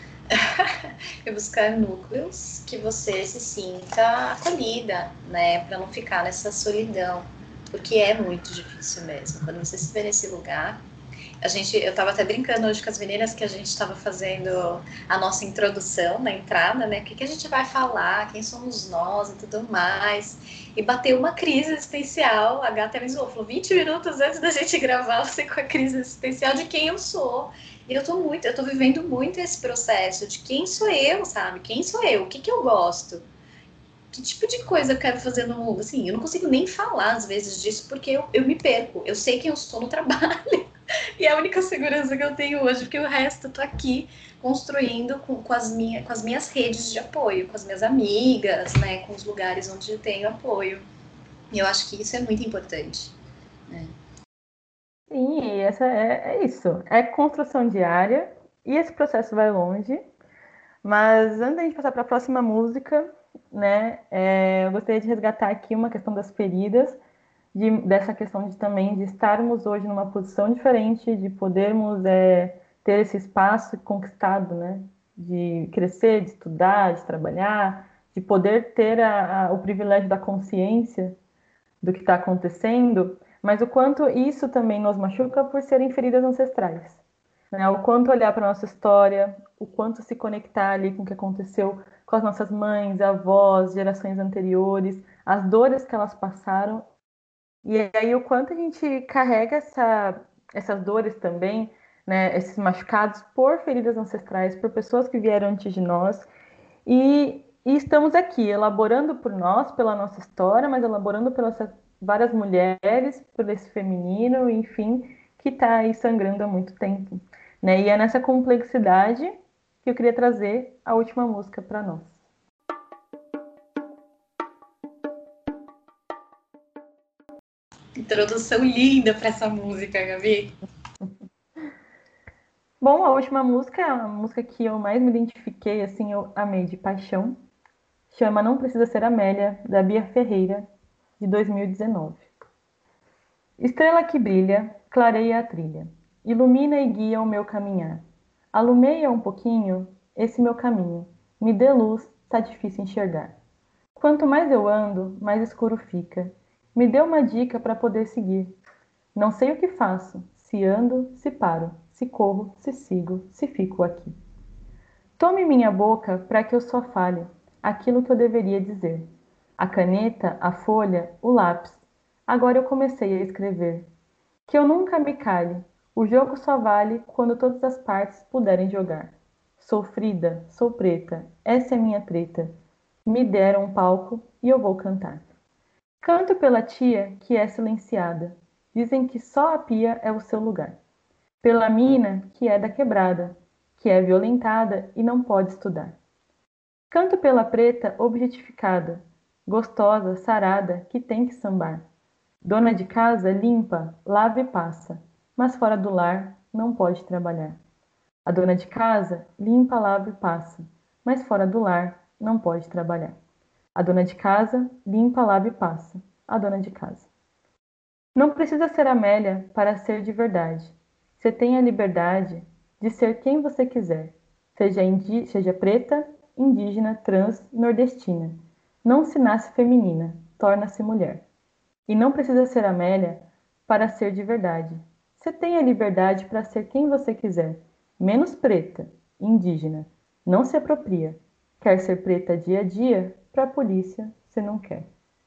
E buscar núcleos que você se sinta acolhida, né? Para não ficar nessa solidão. porque é muito difícil mesmo. Quando você se vê nesse lugar, a gente, eu estava até brincando hoje com as meninas que a gente estava fazendo a nossa introdução na entrada, né? O que, que a gente vai falar, quem somos nós e tudo mais. E bateu uma crise existencial. A gata me zoou, falou vinte minutos antes da gente gravar, você com a crise existencial de quem eu sou. E eu tô muito, eu tô vivendo muito esse processo de quem sou eu, sabe? Quem sou eu? O que, que eu gosto? Que tipo de coisa eu quero fazer no mundo? Assim, eu não consigo nem falar às vezes disso porque eu, eu me perco. Eu sei quem eu sou no trabalho. E é a única segurança que eu tenho hoje, porque o resto eu tô aqui construindo com, com, as minha, com as minhas redes de apoio, com as minhas amigas, né, com os lugares onde eu tenho apoio. E eu acho que isso é muito importante. Né? Sim, essa é, é isso. É construção diária e esse processo vai longe. Mas antes da gente passar para a próxima música, né, é, eu gostaria de resgatar aqui uma questão das feridas, de, dessa questão de também de estarmos hoje numa posição diferente, de podermos é, ter esse espaço conquistado, né, de crescer, de estudar, de trabalhar, de poder ter a, a, o privilégio da consciência do que está acontecendo, mas o quanto isso também nos machuca por serem feridas ancestrais. Né? O quanto olhar para a nossa história, o quanto se conectar ali com o que aconteceu com as nossas mães, avós, gerações anteriores, as dores que elas passaram. E aí o quanto a gente carrega essa, essas dores também, né, esses machucados por feridas ancestrais, por pessoas que vieram antes de nós. E, e estamos aqui elaborando por nós, pela nossa história, mas elaborando pelas várias mulheres, por esse feminino, enfim, que está aí sangrando há muito tempo. Né? E é nessa complexidade que eu queria trazer a última música para nós. Introdução linda para essa música, Gabi. Bom, a última música é a música que eu mais me identifiquei, assim, eu amei de paixão. Chama Não Precisa Ser Amélia, da Bia Ferreira, de dois mil e dezenove. Estrela que brilha, clareia a trilha, ilumina e guia o meu caminhar. Alumeia um pouquinho esse meu caminho, me dê luz, tá difícil enxergar. Quanto mais eu ando, mais escuro fica. Me dê uma dica para poder seguir. Não sei o que faço, se ando, se paro, se corro, se sigo, se fico aqui. Tome minha boca para que eu só fale aquilo que eu deveria dizer. A caneta, a folha, o lápis. Agora eu comecei a escrever. Que eu nunca me cale. O jogo só vale quando todas as partes puderem jogar. Sou Frida, sou preta, essa é minha treta. Me deram um palco e eu vou cantar. Canto pela tia que é silenciada. Dizem que só a pia é o seu lugar. Pela mina que é da quebrada, que é violentada e não pode estudar. Canto pela preta objetificada, gostosa, sarada, que tem que sambar. Dona de casa limpa, lava e passa, mas fora do lar não pode trabalhar. A dona de casa limpa, lava e passa, mas fora do lar não pode trabalhar. A dona de casa limpa, lava e passa, a dona de casa. Não precisa ser Amélia para ser de verdade. Você tem a liberdade de ser quem você quiser, seja, indi- seja preta, indígena, trans, nordestina. Não se nasce feminina, torna-se mulher. E não precisa ser Amélia para ser de verdade. Você tem a liberdade para ser quem você quiser, menos preta, indígena. Não se apropria. Quer ser preta dia a dia, para a polícia você não quer.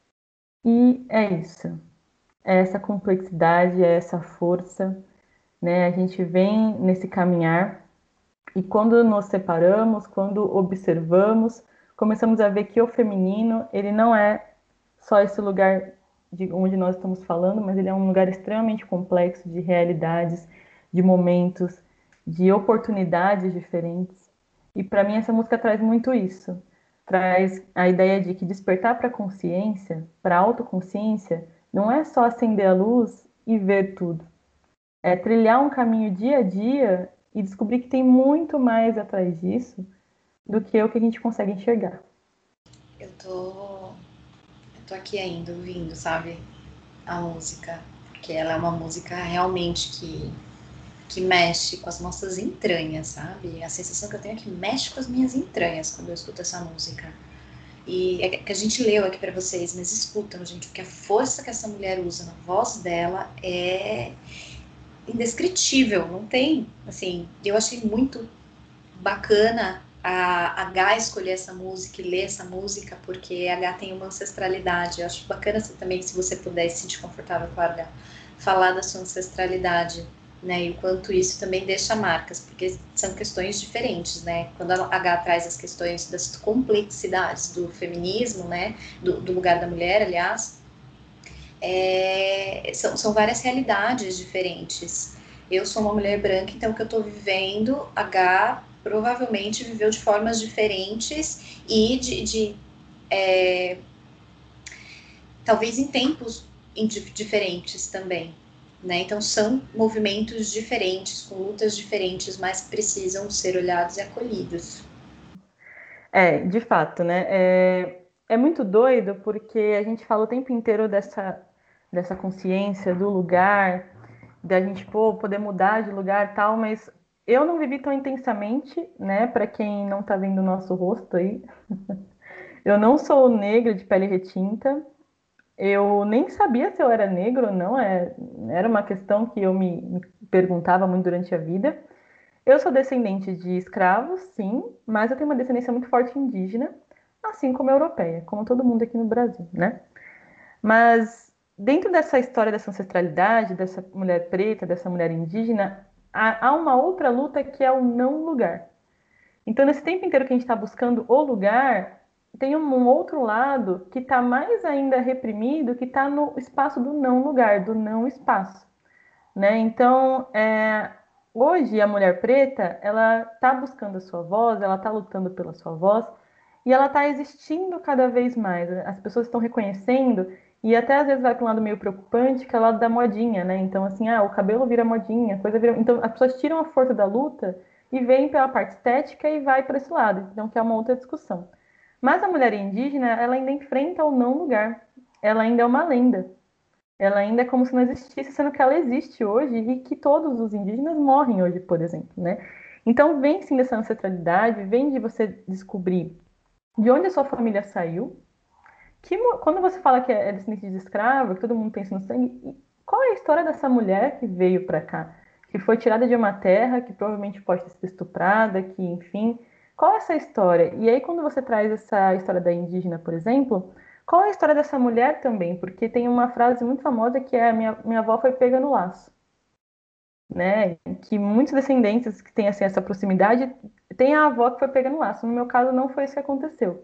E é isso. É essa complexidade, é essa força, né? A gente vem nesse caminhar e quando nos separamos, quando observamos, começamos a ver que o feminino, ele não é só esse lugar de onde nós estamos falando, mas ele é um lugar extremamente complexo de realidades, de momentos, de oportunidades diferentes. E para mim essa música traz muito isso. Traz a ideia de que despertar para a consciência, para a autoconsciência, não é só acender a luz e ver tudo. É trilhar um caminho dia a dia e descobrir que tem muito mais atrás disso do que o que a gente consegue enxergar. Eu tô, eu tô aqui ainda ouvindo, sabe, a música, porque ela é uma música realmente que, que mexe com as nossas entranhas, sabe? A sensação que eu tenho é que mexe com as minhas entranhas quando eu escuto essa música. E é que a gente leu aqui para vocês, mas escutam, gente, porque a força que essa mulher usa na voz dela é indescritível, não tem, assim, eu achei muito bacana a, a Gá escolher essa música e ler essa música, porque a Gá tem uma ancestralidade, eu acho bacana também, se você puder se sentir confortável com a Gá, falar da sua ancestralidade, né, e o quanto isso também deixa marcas, porque são questões diferentes, né, quando a H traz as questões das complexidades do feminismo, né, do, do lugar da mulher, aliás, é, são, são várias realidades diferentes. Eu sou uma mulher branca, então o que eu estou vivendo, H provavelmente viveu de formas diferentes e de, de é, talvez em tempos diferentes também. Né? Então são movimentos diferentes, com lutas diferentes, mas precisam ser olhados e acolhidos. É, de fato, né? É, é muito doido porque a gente fala o tempo inteiro dessa, dessa consciência do lugar, da gente pô, poder mudar de lugar e tal, mas eu não vivi tão intensamente, né? Para quem não tá vendo o nosso rosto aí, eu não sou negra de pele retinta. Eu nem sabia se eu era negro ou não, é, era uma questão que eu me, me perguntava muito durante a vida. Eu sou descendente de escravos, sim, mas eu tenho uma descendência muito forte indígena, assim como europeia, como todo mundo aqui no Brasil, né? Mas dentro dessa história dessa ancestralidade, dessa mulher preta, dessa mulher indígena, há, há uma outra luta que é o não lugar. Então, nesse tempo inteiro que a gente está buscando o lugar, tem um outro lado que está mais ainda reprimido, que está no espaço do não lugar, do não espaço, né? Então, é, hoje a mulher preta, ela está buscando a sua voz, ela está lutando pela sua voz e ela está existindo cada vez mais. As pessoas estão reconhecendo e até às vezes vai para um lado meio preocupante, que é o lado da modinha, né? Então, assim, ah, o cabelo vira modinha, a coisa vira... Então, as pessoas tiram a força da luta e vem pela parte estética e vai para esse lado, então que é uma outra discussão. Mas a mulher indígena, ela ainda enfrenta o não lugar, ela ainda é uma lenda, ela ainda é como se não existisse, sendo que ela existe hoje e que todos os indígenas morrem hoje, por exemplo, né? Então vem sim dessa ancestralidade, vem de você descobrir de onde a sua família saiu, que quando você fala que é descendente de escravo, que todo mundo pensa no sangue, qual é a história dessa mulher que veio para cá? Que foi tirada de uma terra, que provavelmente pode ter sido estuprada, que, enfim, qual é essa história? E aí, quando você traz essa história da indígena, por exemplo, qual é a história dessa mulher também? Porque tem uma frase muito famosa que é: minha, minha avó foi pega no laço, né? Que muitos descendentes que têm assim, essa proximidade têm a avó que foi pega no laço. No meu caso, não foi isso que aconteceu.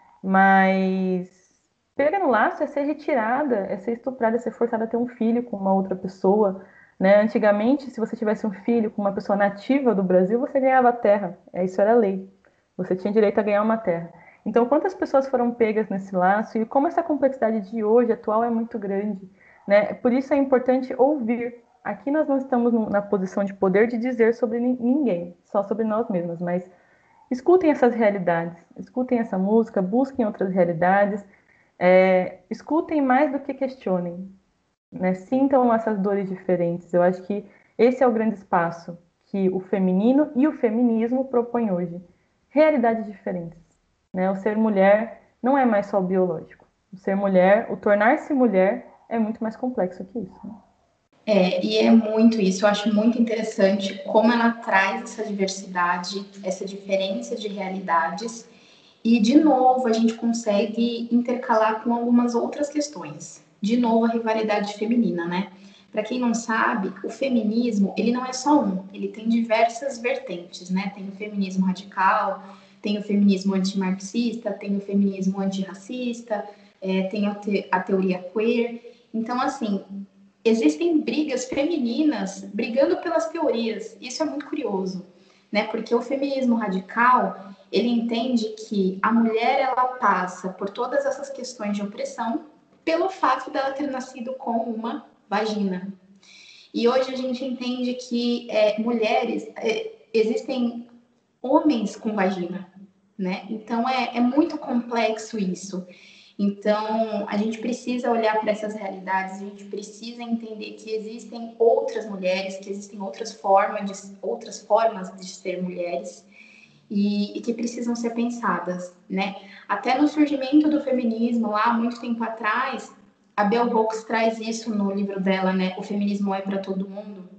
Mas pega no laço é ser retirada, é ser estuprada, é ser forçada a ter um filho com uma outra pessoa, né? Antigamente, se você tivesse um filho com uma pessoa nativa do Brasil, você ganhava terra. Isso era lei. Você tinha direito a ganhar uma terra. Então, quantas pessoas foram pegas nesse laço e como essa complexidade de hoje, atual, é muito grande, né? Por isso é importante ouvir. Aqui nós não estamos na posição de poder de dizer sobre ninguém, só sobre nós mesmos, mas escutem essas realidades, escutem essa música, busquem outras realidades, é, escutem mais do que questionem, né? Sintam essas dores diferentes. Eu acho que esse é o grande espaço que o feminino e o feminismo propõem hoje. Realidades diferentes, né? O ser mulher não é mais só o biológico. O ser mulher, o tornar-se mulher é muito mais complexo que isso, né? É, e é muito isso, eu acho muito interessante como ela traz essa diversidade, essa diferença de realidades, e de novo a gente consegue intercalar com algumas outras questões. De novo, a rivalidade feminina, né? Para quem não sabe, o feminismo, ele não é só um, ele tem diversas vertentes, né? Tem o feminismo radical, tem o feminismo antimarxista, tem o feminismo antirracista, é, tem a, te a teoria queer. Então, assim, existem brigas femininas brigando pelas teorias. Isso é muito curioso, né? Porque o feminismo radical, ele entende que a mulher, ela passa por todas essas questões de opressão pelo fato dela ter nascido com uma vagina. E hoje a gente entende que é, mulheres, é, existem homens com vagina, né? Então é, é muito complexo isso. Então, a gente precisa olhar para essas realidades, a gente precisa entender que existem outras mulheres, que existem outras formas de, outras formas de ser mulheres, e, e que precisam ser pensadas, né? Até no surgimento do feminismo, lá muito tempo atrás, a Bell Hooks traz isso no livro dela, né? O Feminismo é para Todo Mundo,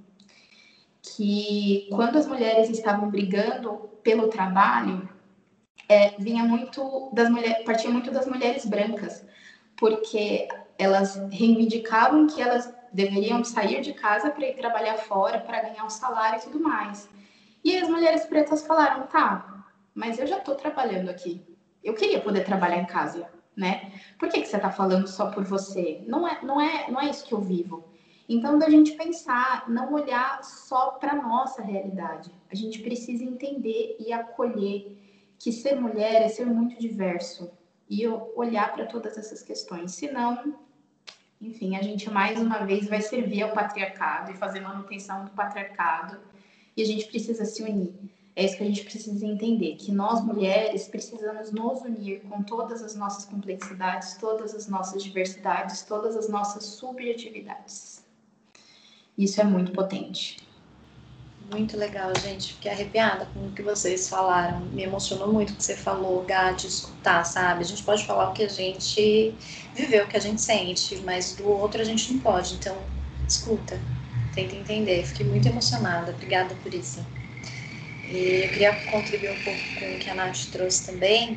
que quando as mulheres estavam brigando pelo trabalho, é, vinha muito das mulheres, partia muito das mulheres brancas, porque elas reivindicavam que elas deveriam sair de casa para ir trabalhar fora, para ganhar um salário e tudo mais. E as mulheres pretas falaram, tá, mas eu já estou trabalhando aqui. Eu queria poder trabalhar em casa, né? Por que, que você está falando só por você? Não é, não é, não é isso que eu vivo. Então, da gente pensar, não olhar só para a nossa realidade. A gente precisa entender e acolher que ser mulher é ser muito diverso. E olhar para todas essas questões. Senão, enfim, a gente mais uma vez vai servir ao patriarcado e fazer manutenção do patriarcado. E a gente precisa se unir. É isso que a gente precisa entender, que nós mulheres precisamos nos unir com todas as nossas complexidades, todas as nossas diversidades, todas as nossas subjetividades. Isso é muito potente. Muito legal, gente. Fiquei arrepiada com o que vocês falaram. Me emocionou muito o que você falou, Gá, de escutar, sabe? A gente pode falar o que a gente viveu, o que a gente sente, mas do outro a gente não pode. Então, escuta, tenta entender. Fiquei muito emocionada. Obrigada por isso. E eu queria contribuir um pouco com o que a Nath trouxe também,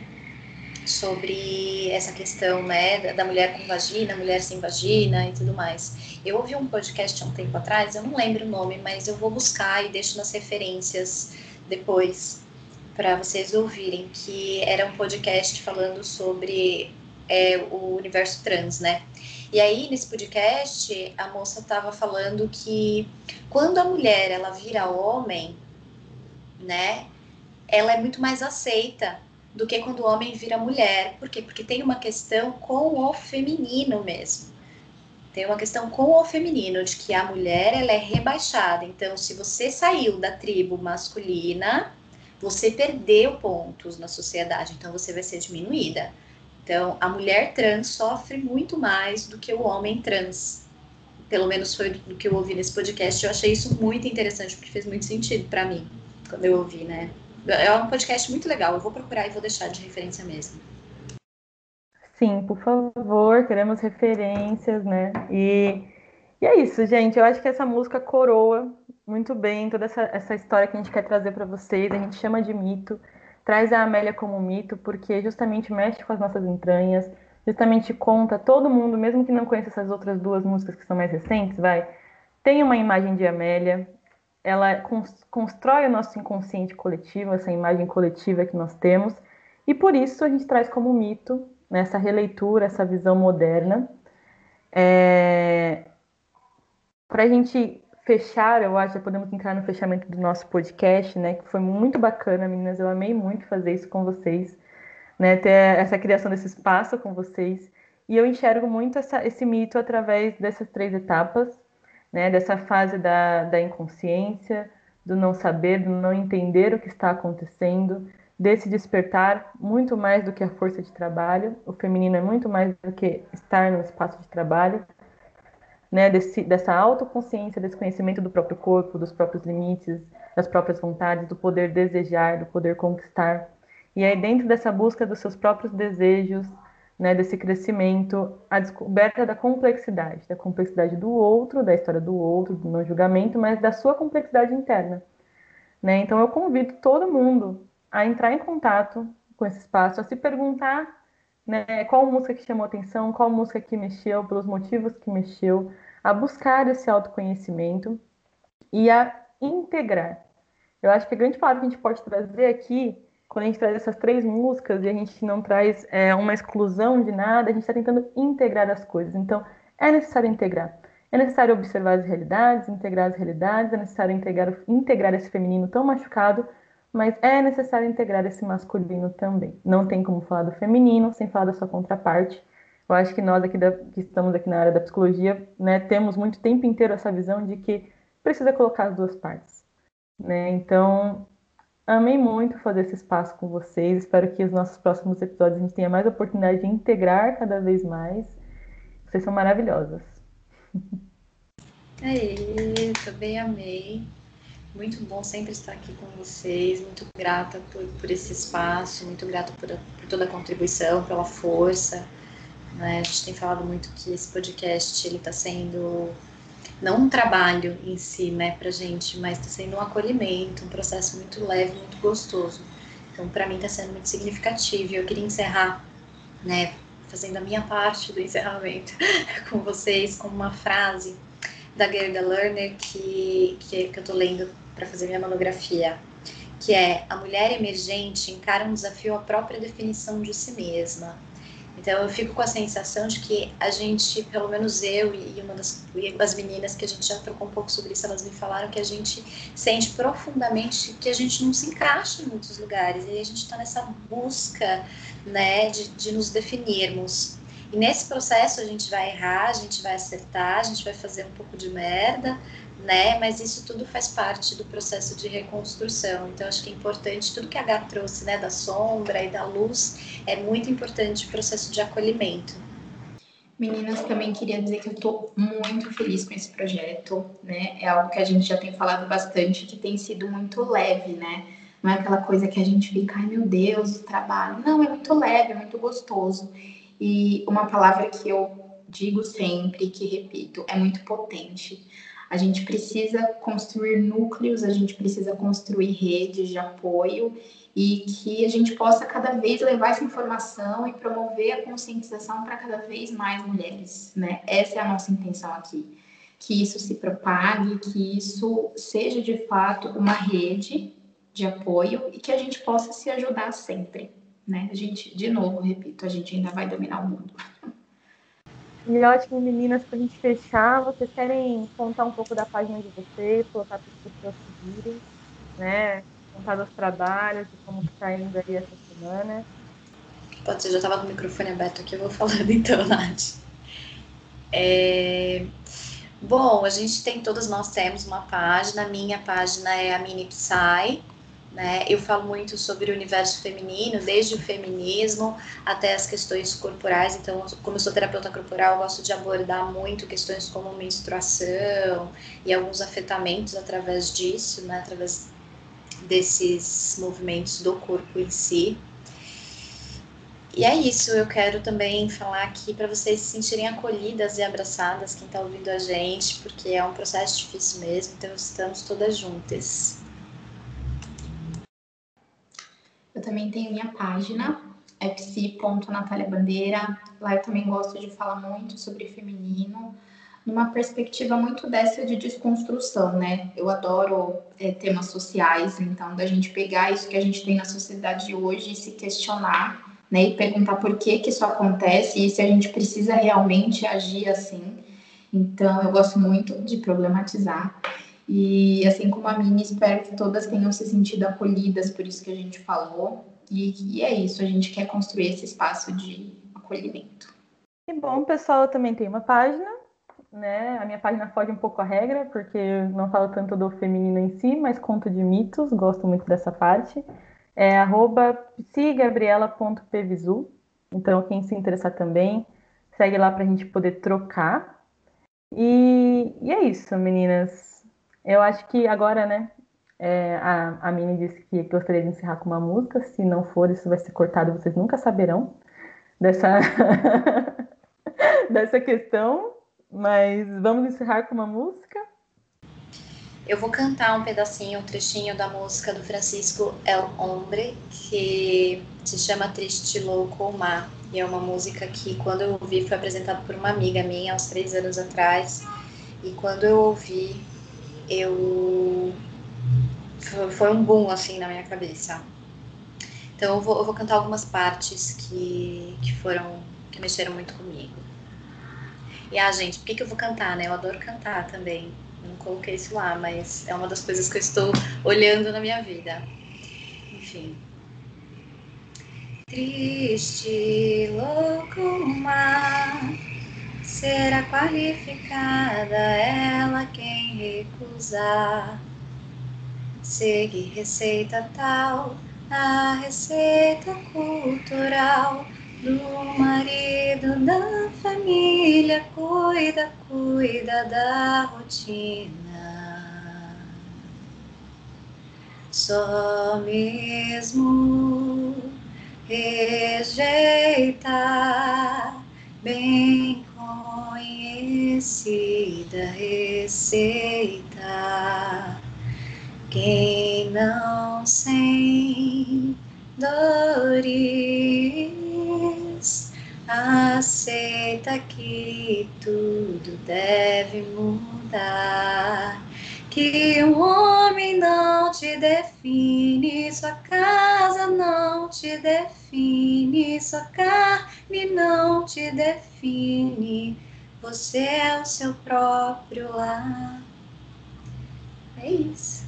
sobre essa questão, né, da mulher com vagina, mulher sem vagina e tudo mais. Eu ouvi um podcast há um tempo atrás, eu não lembro o nome, mas eu vou buscar e deixo nas referências depois para vocês ouvirem, que era um podcast falando sobre é, o universo trans, né? E aí, nesse podcast, a moça estava falando que quando a mulher, ela vira homem, né, ela é muito mais aceita do que quando o homem vira mulher. Por quê? Porque tem uma questão com o feminino mesmo. Tem uma questão com o feminino, de que a mulher, ela é rebaixada. Então, se você saiu da tribo masculina, você perdeu pontos na sociedade, então você vai ser diminuída. Então, a mulher trans sofre muito mais do que o homem trans. Pelo menos foi do que eu ouvi nesse podcast. Eu achei isso muito interessante, porque fez muito sentido para mim, quando eu ouvi, né? É um podcast muito legal, eu vou procurar e vou deixar de referência mesmo. Sim, por favor, queremos referências, né? E, e é isso, gente. Eu acho que essa música coroa muito bem toda essa, essa história que a gente quer trazer para vocês. A gente chama de mito, traz a Amélia como mito, porque justamente mexe com as nossas entranhas, justamente conta todo mundo, mesmo que não conheça essas outras duas músicas que são mais recentes, vai, tem uma imagem de Amélia. Ela constrói o nosso inconsciente coletivo, essa imagem coletiva que nós temos, e por isso a gente traz como mito, né, essa releitura, essa visão moderna. É... Para a gente fechar, eu acho, já podemos entrar no fechamento do nosso podcast, né, que foi muito bacana, meninas, eu amei muito fazer isso com vocês, né, ter essa criação desse espaço com vocês, e eu enxergo muito essa, esse mito através dessas três etapas, né, dessa fase da, da inconsciência, do não saber, do não entender o que está acontecendo, desse despertar muito mais do que a força de trabalho. O feminino é muito mais do que estar no espaço de trabalho, né, desse, dessa autoconsciência, desse conhecimento do próprio corpo, dos próprios limites, das próprias vontades, do poder desejar, do poder conquistar. E aí, dentro dessa busca dos seus próprios desejos, né, desse crescimento, a descoberta da complexidade, da complexidade do outro, da história do outro, do não julgamento, mas da sua complexidade interna. Né? Então, eu convido todo mundo a entrar em contato com esse espaço, a se perguntar, né, qual música que chamou atenção, qual música que mexeu, pelos motivos que mexeu, a buscar esse autoconhecimento e a integrar. Eu acho que a grande palavra que a gente pode trazer aqui, quando a gente traz essas três músicas e a gente não traz é, uma exclusão de nada, a gente está tentando integrar as coisas. Então, é necessário integrar. É necessário observar as realidades, integrar as realidades, é necessário integrar, integrar esse feminino tão machucado, mas é necessário integrar esse masculino também. Não tem como falar do feminino sem falar da sua contraparte. Eu acho que nós aqui da, que estamos aqui na área da psicologia, né, temos muito tempo inteiro essa visão de que precisa colocar as duas partes. Né? Então, amei muito fazer esse espaço com vocês. Espero que os nossos próximos episódios a gente tenha mais oportunidade de integrar cada vez mais. Vocês são maravilhosas. Aí, também amei. Muito bom sempre estar aqui com vocês, muito grata por, por esse espaço, muito grata por, por toda a contribuição, pela força, né? A gente tem falado muito que esse podcast, ele está sendo, não um trabalho em si, né, pra gente, mas está sendo um acolhimento, um processo muito leve, muito gostoso. Então, para mim está sendo muito significativo. Eu queria encerrar, né, fazendo a minha parte do encerramento com vocês, com uma frase da Gerda Lerner, que, que, que eu estou lendo para fazer minha monografia, que é: a mulher emergente encara um desafio à própria definição de si mesma. Então eu fico com a sensação de que a gente, pelo menos eu e uma das as meninas que a gente já trocou um pouco sobre isso, elas me falaram que a gente sente profundamente que a gente não se encaixa em muitos lugares, e a gente está nessa busca, né, de, de nos definirmos. E nesse processo a gente vai errar, a gente vai acertar, a gente vai fazer um pouco de merda, né? Mas isso tudo faz parte do processo de reconstrução. Então acho que é importante, tudo que a Gá trouxe, né, da sombra e da luz, é muito importante o processo de acolhimento. Meninas, também queria dizer que eu estou muito feliz com esse projeto, né? É algo que a gente já tem falado bastante, que tem sido muito leve, né? Não é aquela coisa que a gente fica, ai meu Deus, o trabalho. Não, é muito leve, é muito gostoso. E uma palavra que eu digo sempre, que repito, é muito potente. A gente precisa construir núcleos, a gente precisa construir redes de apoio e que a gente possa cada vez levar essa informação e promover a conscientização para cada vez mais mulheres, né? Essa é a nossa intenção aqui. Que isso se propague, que isso seja de fato uma rede de apoio e que a gente possa se ajudar sempre, né? A gente, de novo, repito, a gente ainda vai dominar o mundo. E ótimo, meninas, para a gente fechar, vocês querem contar um pouco da página de vocês, colocar para as pessoas seguirem, né? Contar dos trabalhos, de como que está indo aí essa semana. Pode ser, já estava com o microfone aberto aqui, eu vou falando então, Nath. É... Bom, a gente tem, todos nós temos uma página, a minha página é a Mini Psy, né? Eu falo muito sobre o universo feminino, desde o feminismo até as questões corporais. Então, como eu sou terapeuta corporal, eu gosto de abordar muito questões como menstruação e alguns afetamentos através disso, né? Através desses movimentos do corpo em si. E é isso, eu quero também falar aqui para vocês se sentirem acolhidas e abraçadas, quem está ouvindo a gente, porque é um processo difícil mesmo, então estamos todas juntas. Eu também tenho minha página, é psi ponto natália bandeira. Lá eu também gosto de falar muito sobre feminino, numa perspectiva muito dessa de desconstrução, né? Eu adoro é, temas sociais, então da gente pegar isso que a gente tem na sociedade hoje e se questionar, né? E perguntar por que que isso acontece e se a gente precisa realmente agir assim. Então eu gosto muito de problematizar. E assim como a Mini, espero que todas tenham se sentido acolhidas por isso que a gente falou. E, e é isso, a gente quer construir esse espaço de acolhimento. E bom, pessoal, eu também tenho uma página, né? A minha página foge um pouco à regra, porque eu não falo tanto do feminino em si, mas conto de mitos, gosto muito dessa parte. É arroba psigabriela ponto pvisu. Então, quem se interessar também, segue lá para a gente poder trocar. E, e é isso, meninas. Eu acho que agora, né? É, a, a Mini disse que gostaria de encerrar com uma música. Se não for, isso vai ser cortado, vocês nunca saberão dessa, dessa questão. Mas vamos encerrar com uma música. Eu vou cantar um pedacinho, um trechinho da música do Francisco El Hombre, que se chama Triste, Louco ou Má. E é uma música que, quando eu ouvi, foi apresentada por uma amiga minha, há uns três anos atrás. E quando eu ouvi, eu... foi um boom, assim, na minha cabeça. Então eu vou, eu vou cantar algumas partes que, que foram, que mexeram muito comigo. E, ah, gente, por que, que eu vou cantar, né? Eu adoro cantar também. Eu não coloquei isso lá, mas é uma das coisas que eu estou olhando na minha vida. Enfim. Triste, louco, má, será qualificada ela quem recusar. Seguir receita tal, a receita cultural do marido, da família, cuida, cuida da rotina. só mesmo rejeitar bem conhecida receita. Quem não sem dores aceita que tudo deve mudar, que um homem não te define, sua casa não te define, sua carne não te define, você é o seu próprio lar. É isso.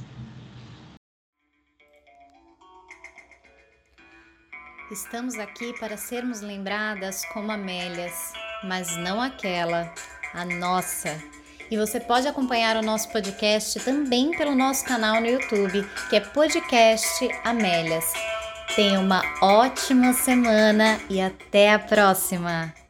Estamos aqui para sermos lembradas como Amélias, mas não aquela, a nossa. E você pode acompanhar o nosso podcast também pelo nosso canal no YouTube, que é Podcast Amélias. Tenha uma ótima semana e até a próxima!